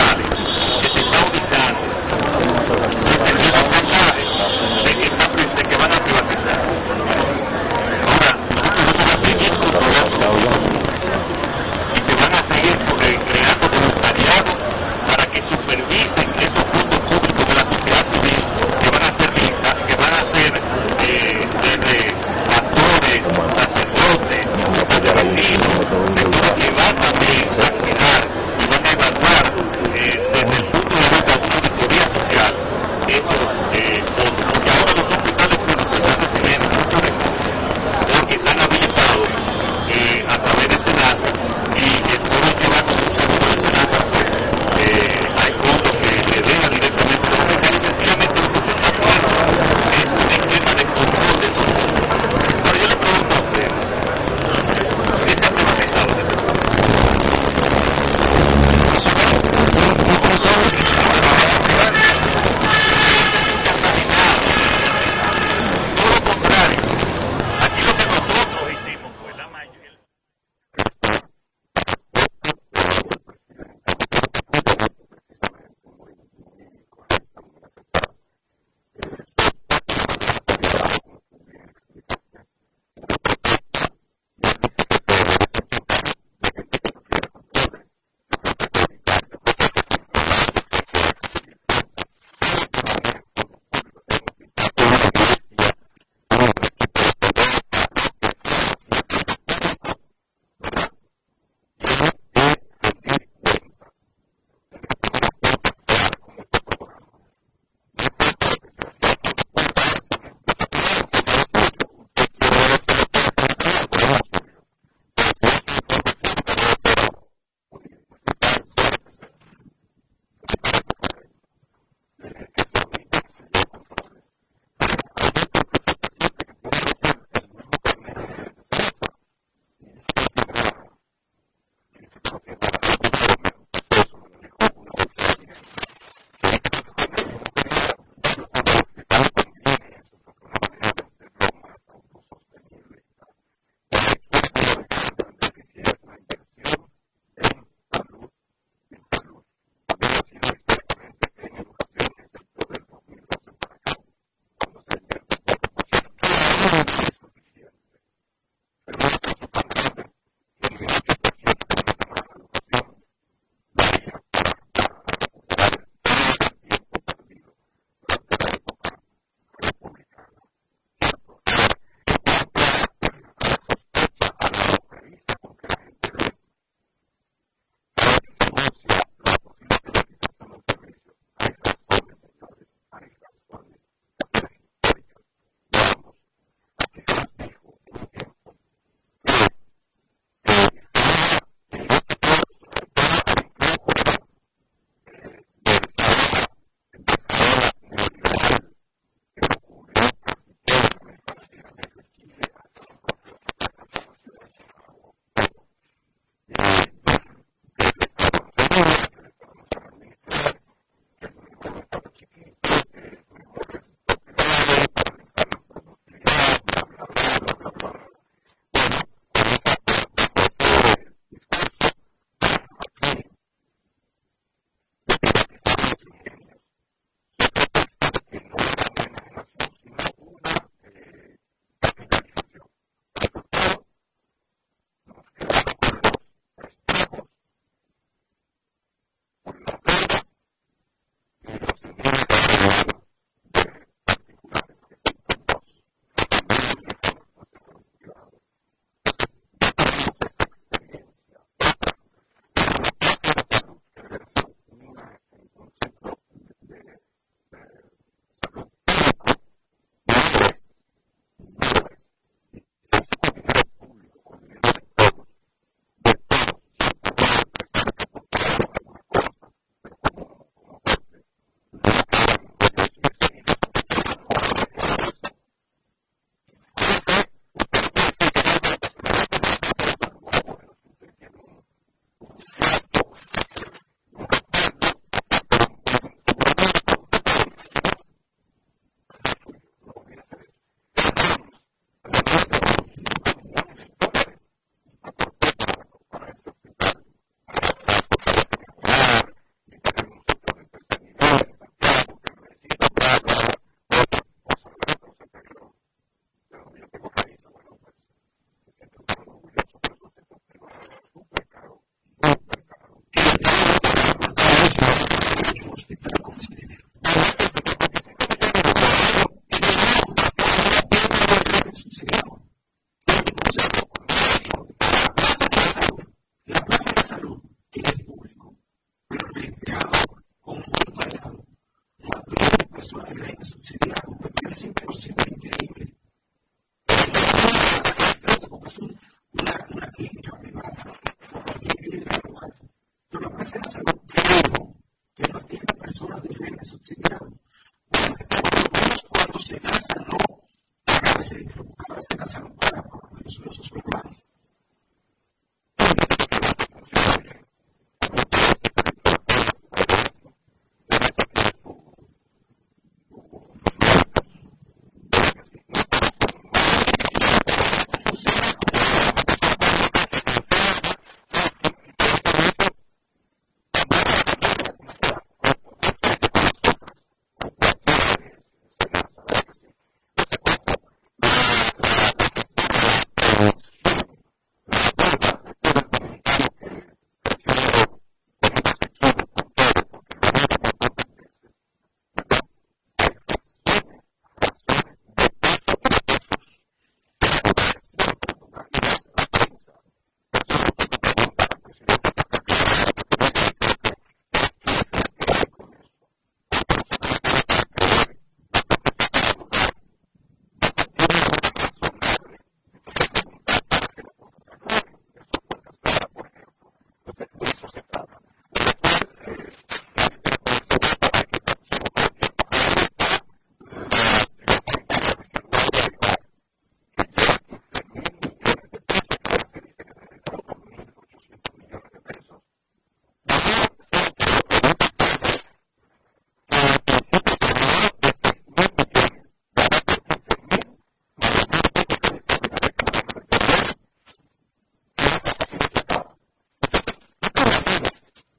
Esa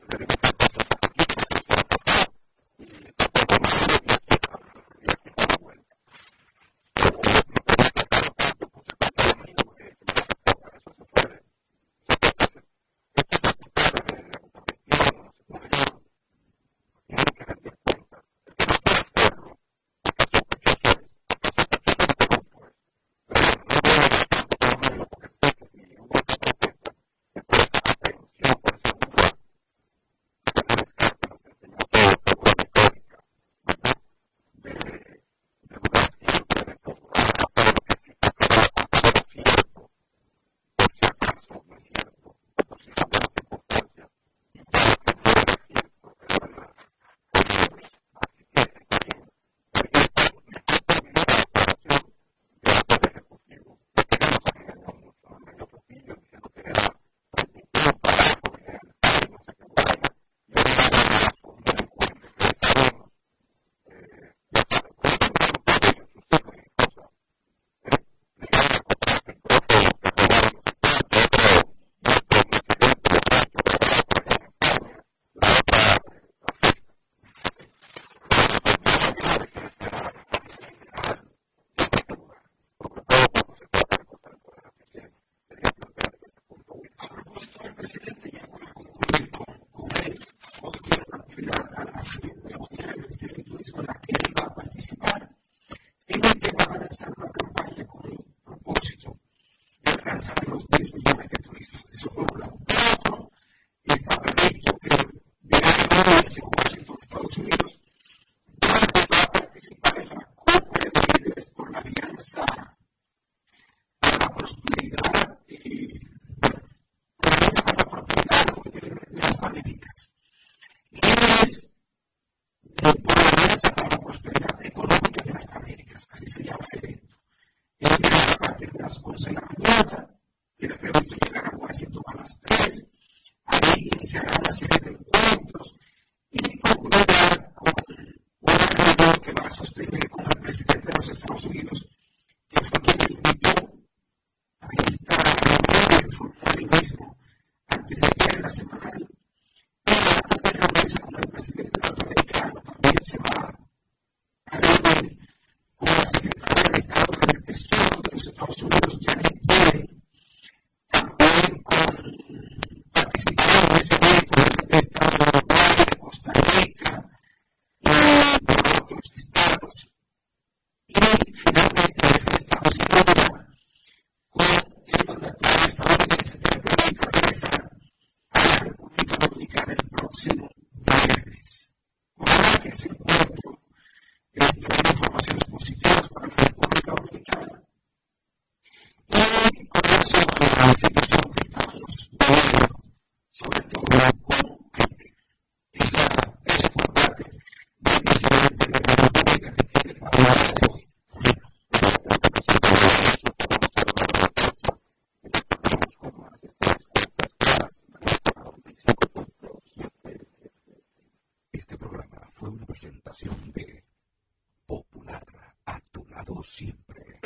presentación de Popular, a tu lado siempre.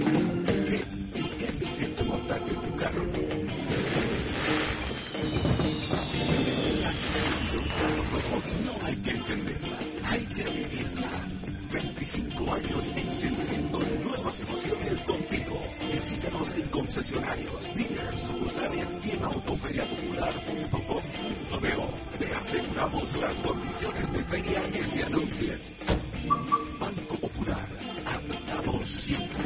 ¿Qué se siente montar en tu carro? No hay que entenderla, hay que vivirla. veinticinco años encendiendo nuevas emociones contigo. Visítanos en concesionarios, dealers, sucursales y en autoferiapopular punto com punto do. Te aseguramos las condiciones de feria que se anuncien. Banco Popular, a tu lado siempre.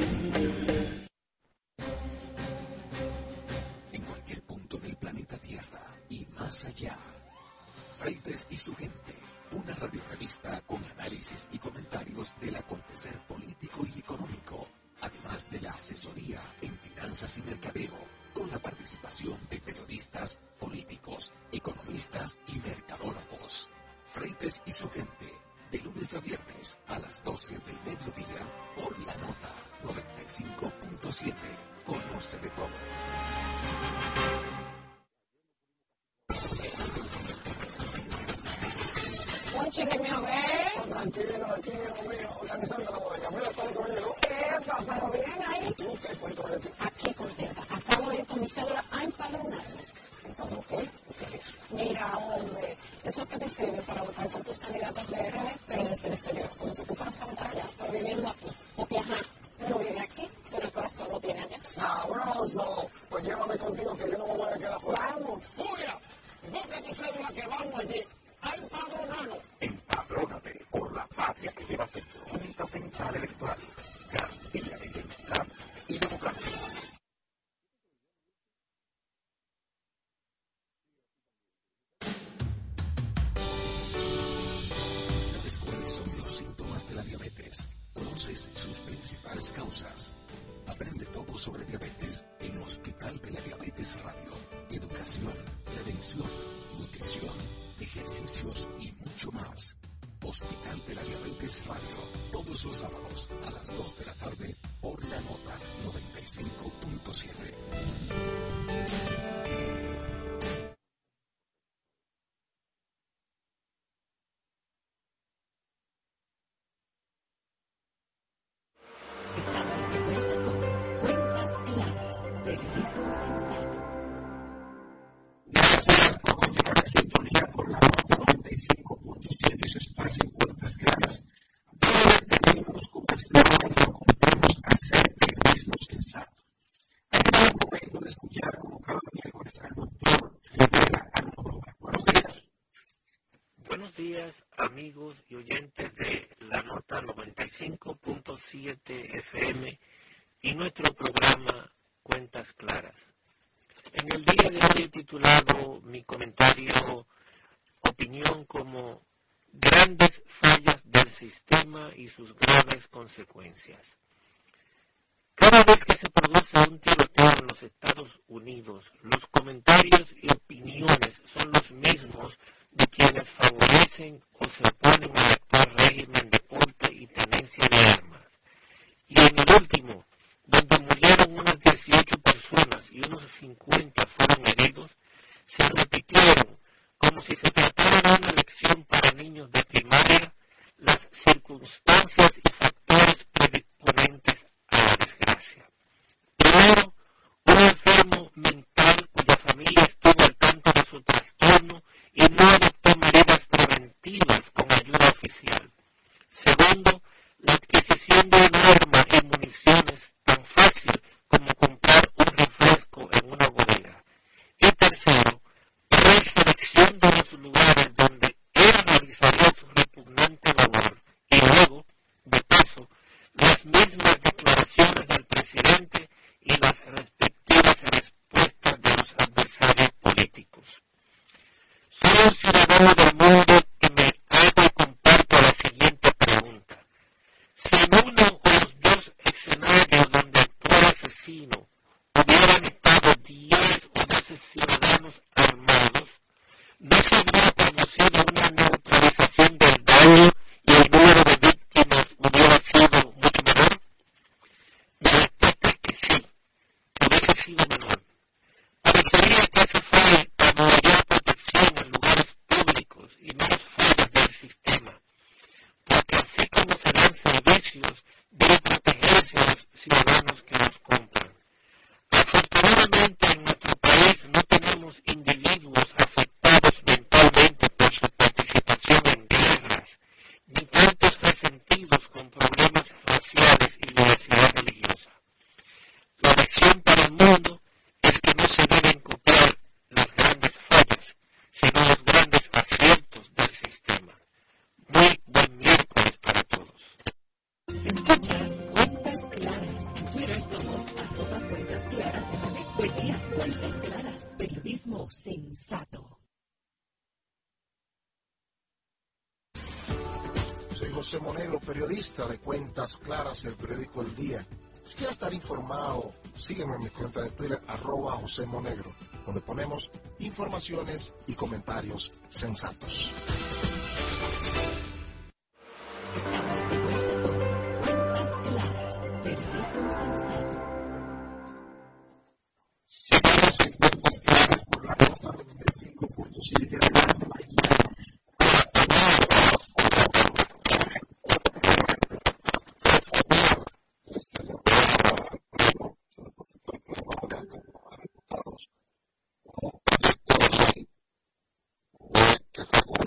En cualquier punto del planeta Tierra y más allá, Freites y su gente, una radiorevista con análisis y comentarios del acontecer político y económico, además de la asesoría en finanzas y mercadeo, con la participación de periodistas, políticos, economistas y mercadólogos. Freites y su gente, de lunes a viernes a las doce del mediodía, por la nota noventa y cinco punto siete. Conoce de todo. Chéqueme a ver. Tranquilo, aquí mismo mío, organizando la bodega. Mira todo lo que me llegó. Epa, pero bien ahí. ¿Tú qué cuento de ti? Aquí contenta. Acabo de ir con mi cédula a empadronarme. ¿Empadrón qué? ¿Qué es eso? Mira, hombre, Esos que te inscriben para votar por tus candidatos de R D, pero desde el exterior, como si tú fueras a votar allá, pero viviendo aquí. O viajar. Uno vive aquí, pero el corazón lo tiene allá. ¡Sabroso! Pues llévame contigo que yo no me voy a quedar fuera. ¡Vamos! ¡Julia! Busca tu cédula que vamos allí. ¡A empadronarnos! Empadrónate por la patria que llevas dentro. Junta Central Electoral. Garantía de identidad y democracia. ¿Sabes cuáles son los síntomas de la diabetes? ¿Conoces sus principales causas? Aprende todo sobre diabetes en Hospital de la Diabetes Radio. Educación, prevención, nutrición, ejercicios y mucho más. Hospital de la Diabetes Radio. Todos los sábados a las dos de la tarde por la nota noventa y cinco punto siete. Estamos de vuelta con Cuentas Claras, periodismo sensato. Gracias por continuar en sintonía por la nota noventa y cinco punto siete, su espacio en Cuentas Claras. Ahora tenemos como eslogan que acompañamos a hacer periodismo sensato. Ha llegado el momento de escuchar como cada miércoles al doctor Rivera Almodóvar. Buenos días. Buenos días, amigos y oyentes de la nota noventa y cinco punto siete F M y nuestro programa Cuentas Claras. En el día de hoy he titulado mi comentario opinión como Grandes fallas del sistema y sus graves consecuencias. Cada vez que se produce un tiroteo en los Estados Unidos, los comentarios y opiniones son los mismos de quienes favorecen o se oponen al actual régimen de porte y tenencia de armas. Y en el último, donde murieron unas dieciocho personas y unos cincuenta fueron heridos, se repitieron, como si se tratara de una lección para niños de primaria, las circunstancias y factores predisponentes a la desgracia. Primero, un enfermo mental cuya familia estuvo al tanto de su trastorno y no adoptó medidas preventivas con ayuda oficial. Segundo, la adquisición de un arma y municiones tan fácil como comprar un refresco en una bodega. Y tercero, preselección de los lugares donde él realizaría su repugnante labor. Y luego, de paso, las mismas declaraciones del presidente y las respectivas respuestas de los adversarios políticos. Soy un ciudadano del mundo que me hago y comparto la siguiente pregunta. Si en uno o los dos escenarios donde actuó el asesino hubieran estado diez o doce ciudadanos armados, ¿no se habría producido una neutralización del daño y el número de víctimas hubiera sido mucho menor? Mi respuesta es que sí, que hubiese sido menor. Parecería que hace falta mayor protección en lugares públicos y menos fallas del sistema, porque así como se dan servicios, debe protegerse a los ciudadanos que los compran. Afortunadamente en nuestro país no tenemos individuos afectados mentalmente por su participación en guerras, ni tantos resentidos con problemas raciales y diversidad religiosa. La lección para el mundo es que no se deben copiar las grandes fallas, sino los grandes aciertos del sistema. Muy buen miércoles para todos. Escuchas Cuentas Claras. En Twitter somos arroba Cuentas Claras. Buen día, Cuentas Claras. Periodismo sensato. Soy José Monegro, periodista de Cuentas Claras, el periódico El Día. Si quieres estar informado, sígueme en mi cuenta de Twitter, arroba José Monegro, donde ponemos informaciones y comentarios sensatos. Estamos de vuelta con Cuentas Claras, periodismo sensato. Seguimos en Cuentas Claras por la nota noventa y cinco punto siete de la que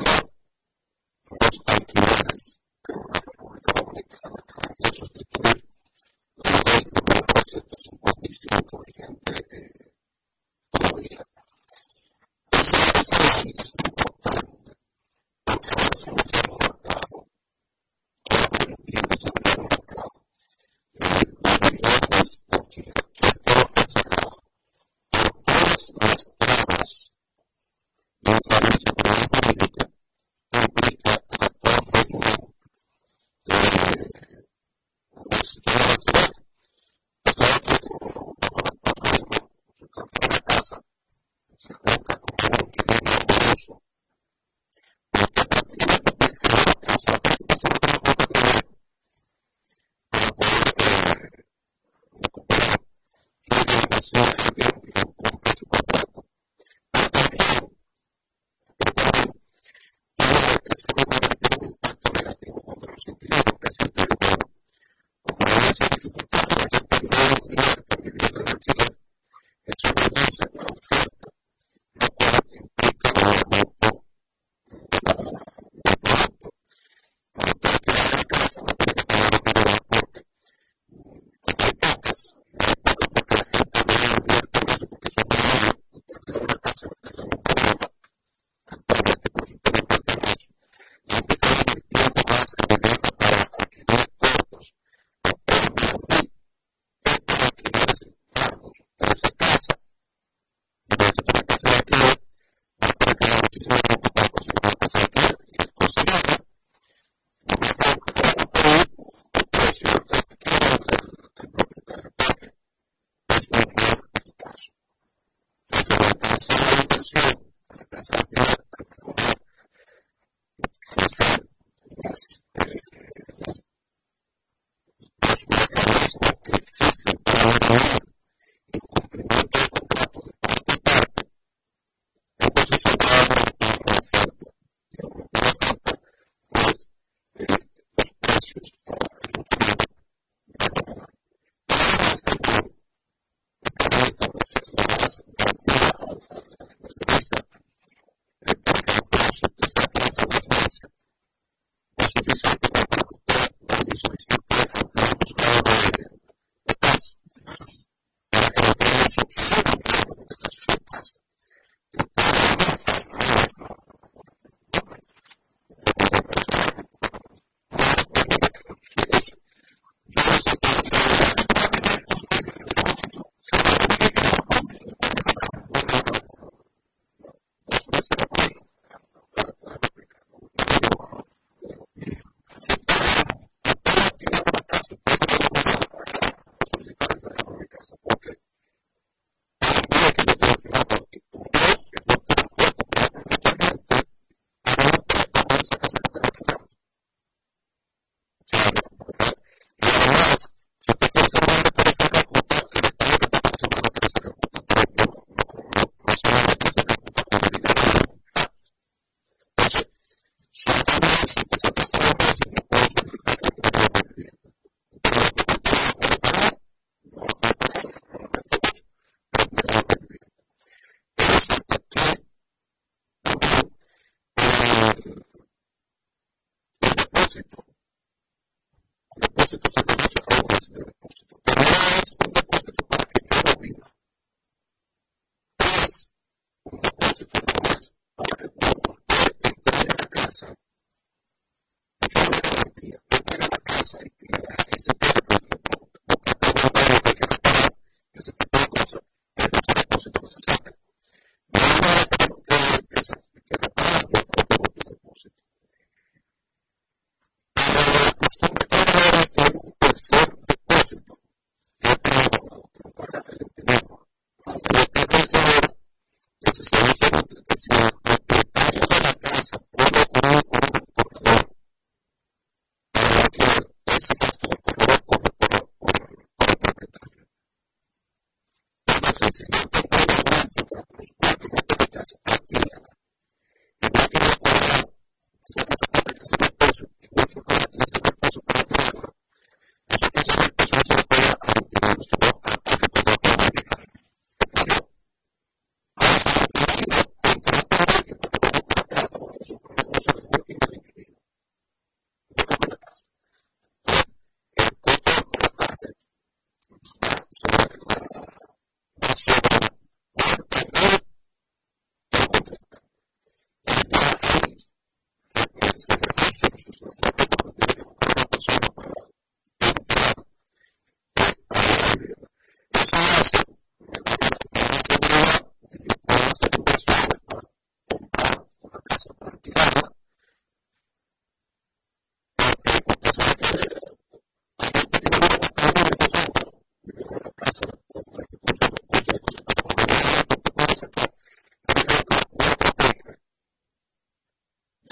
sobre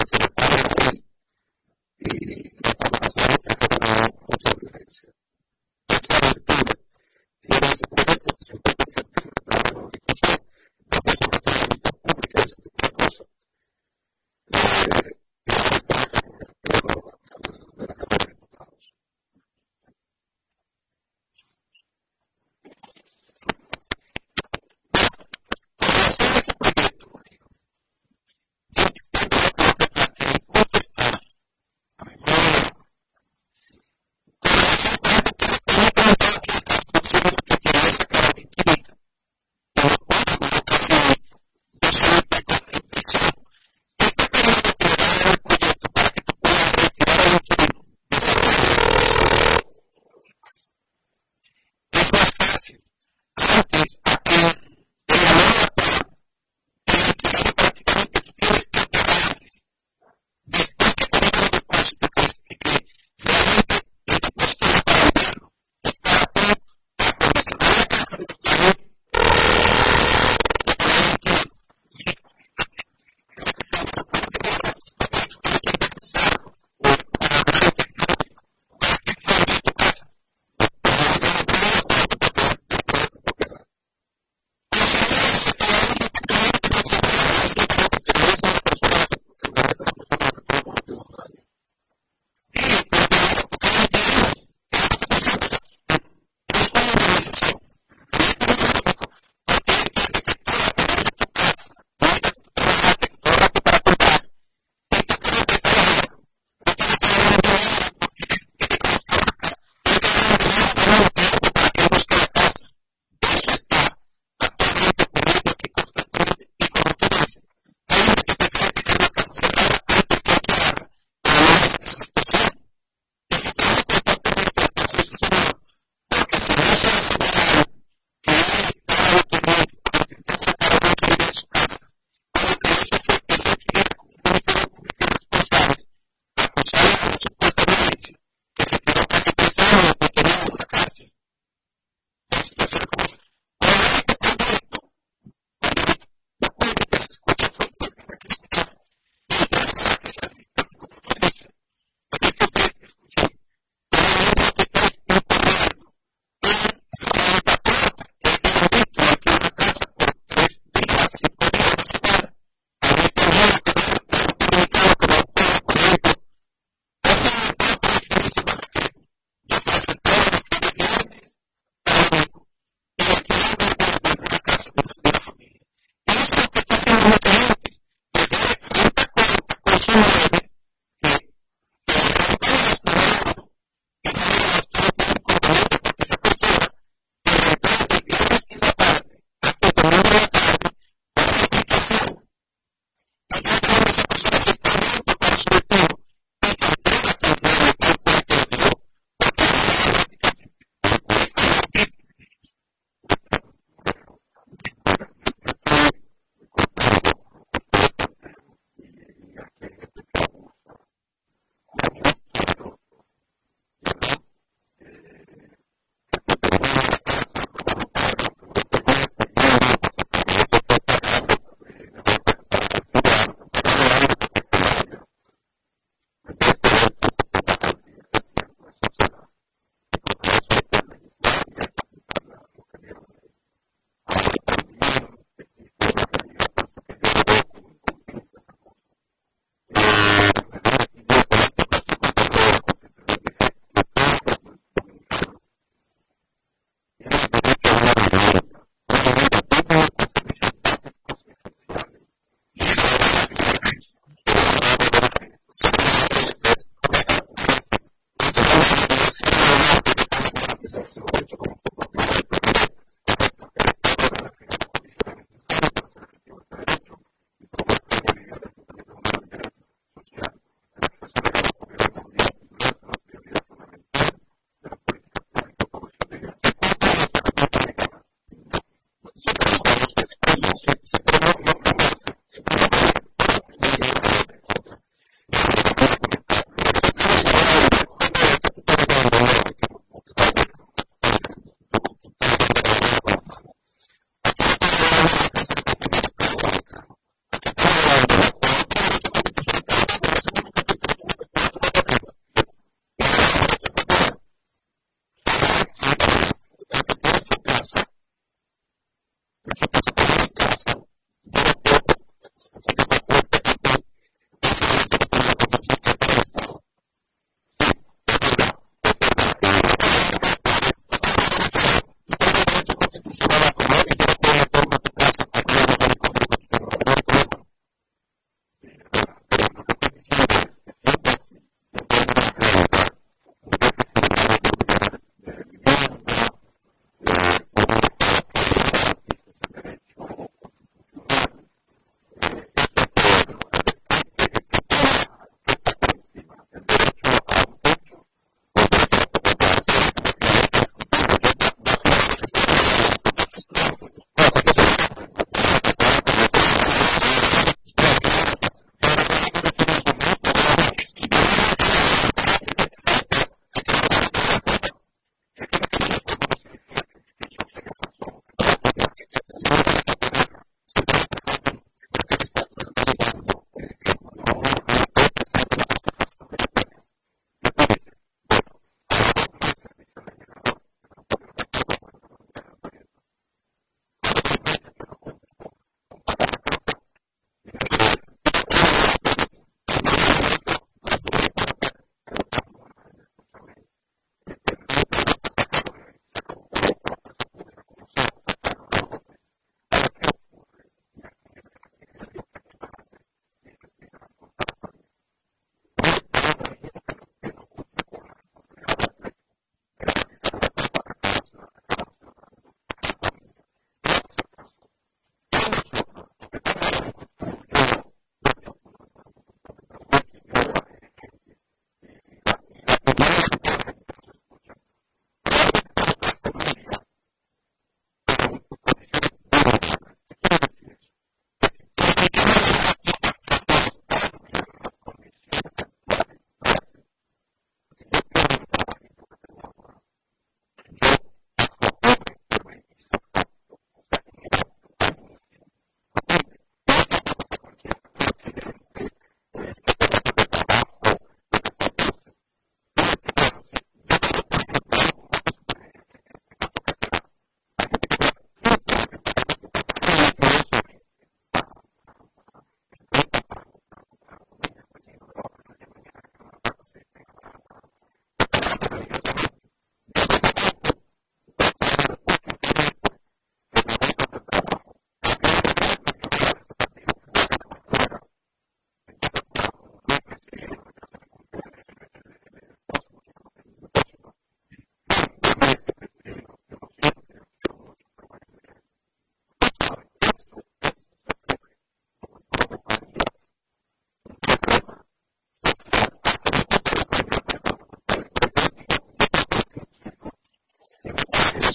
Gracias.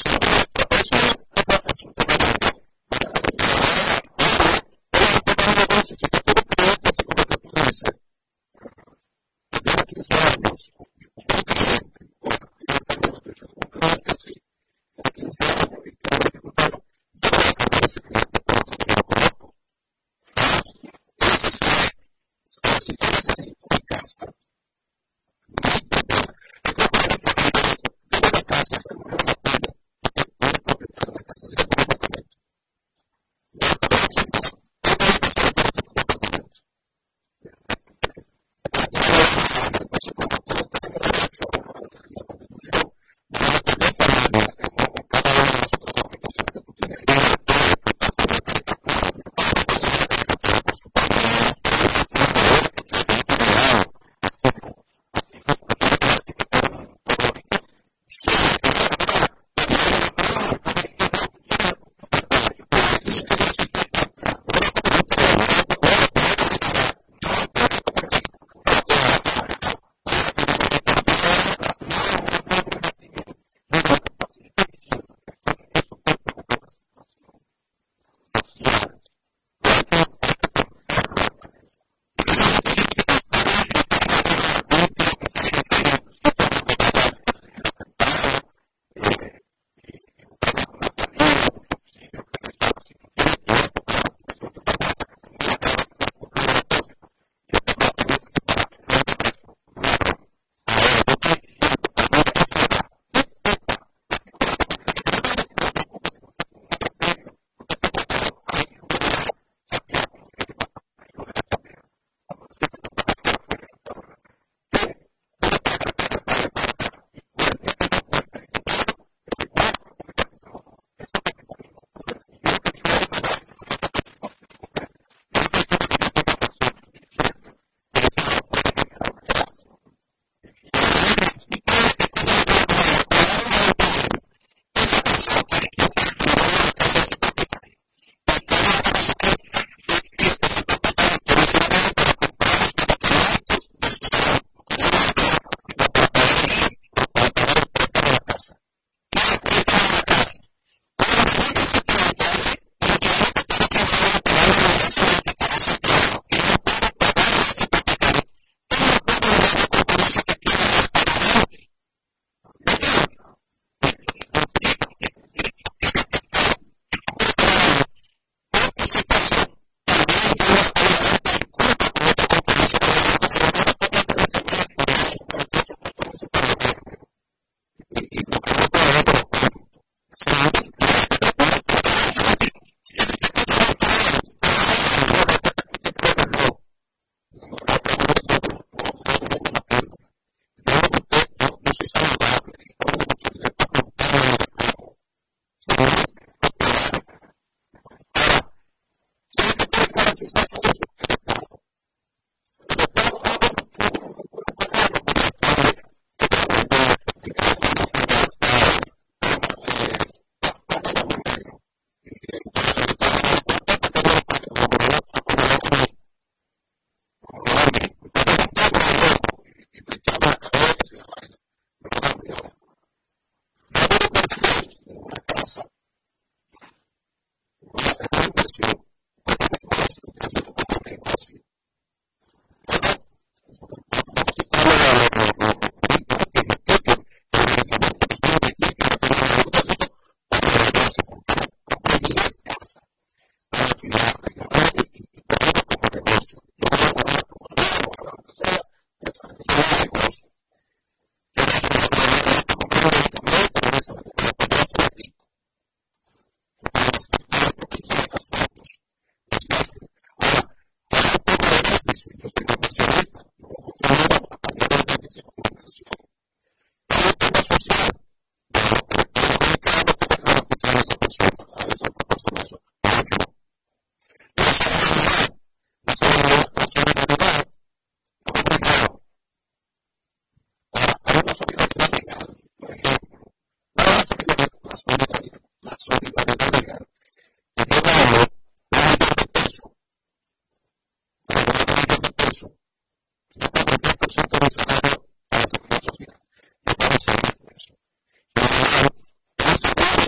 Gracias.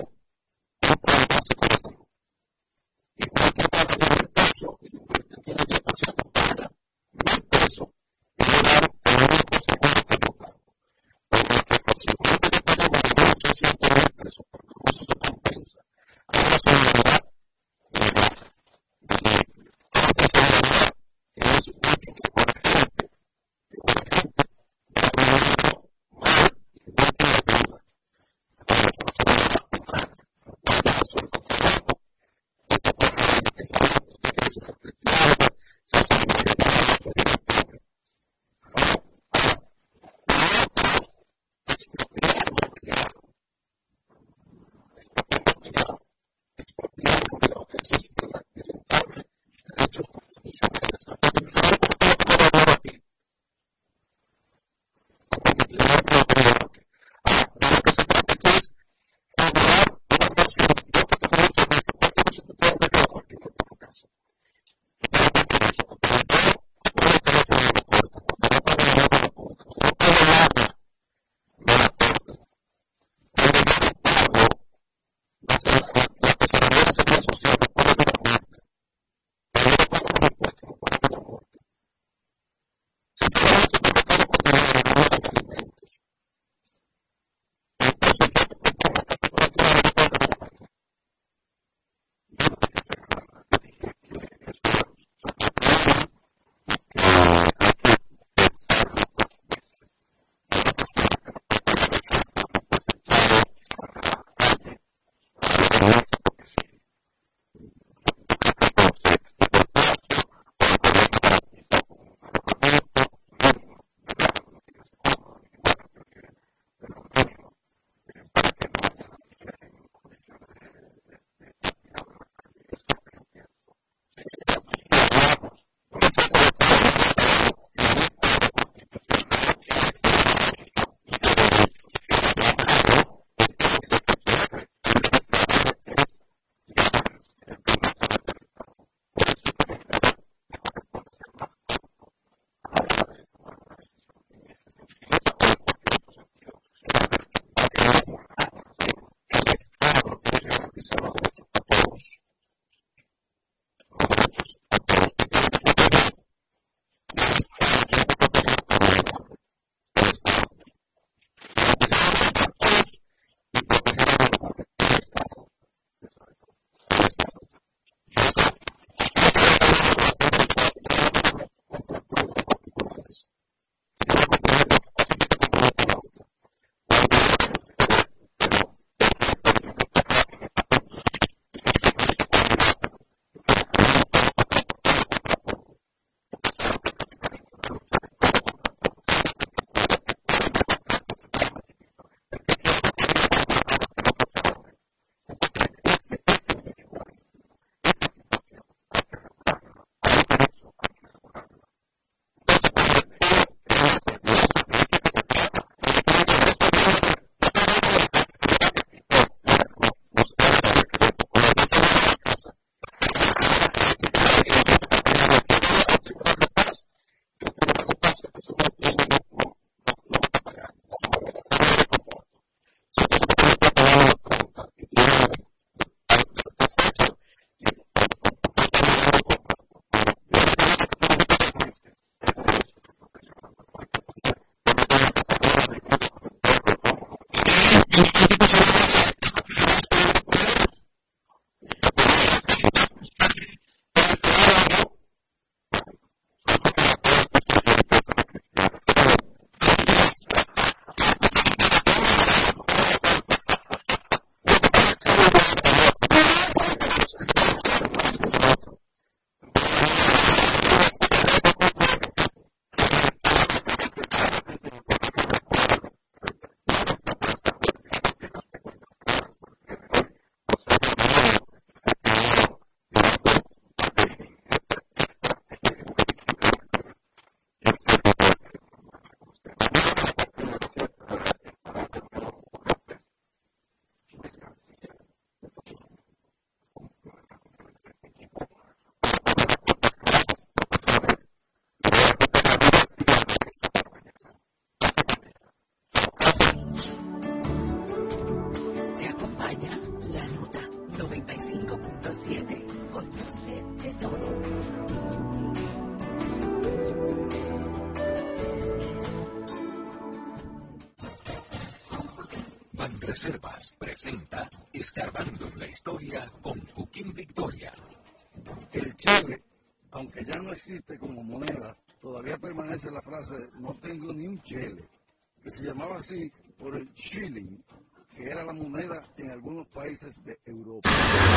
Banreservas presenta Escarbando en la Historia con Cuquín Victoria. El chele, aunque ya no existe como moneda, todavía permanece la frase no tengo ni un chele, que se llamaba así por el shilling, que era la moneda en algunos países de Europa.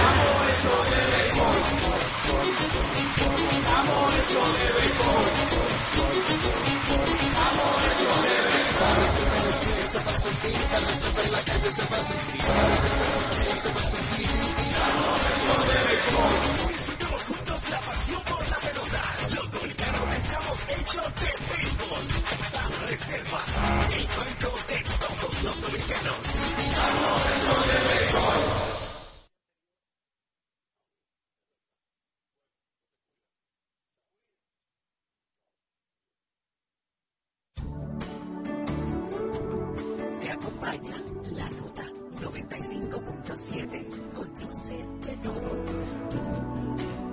Disfrutemos juntos la pasión por la pelota. Los dominicanos estamos hechos de béisbol. Banreservas, el banco de todos los dominicanos. Estamos hechos de béisbol. Te acompaña la Nota noventa y cinco punto siete. Conoce de todo.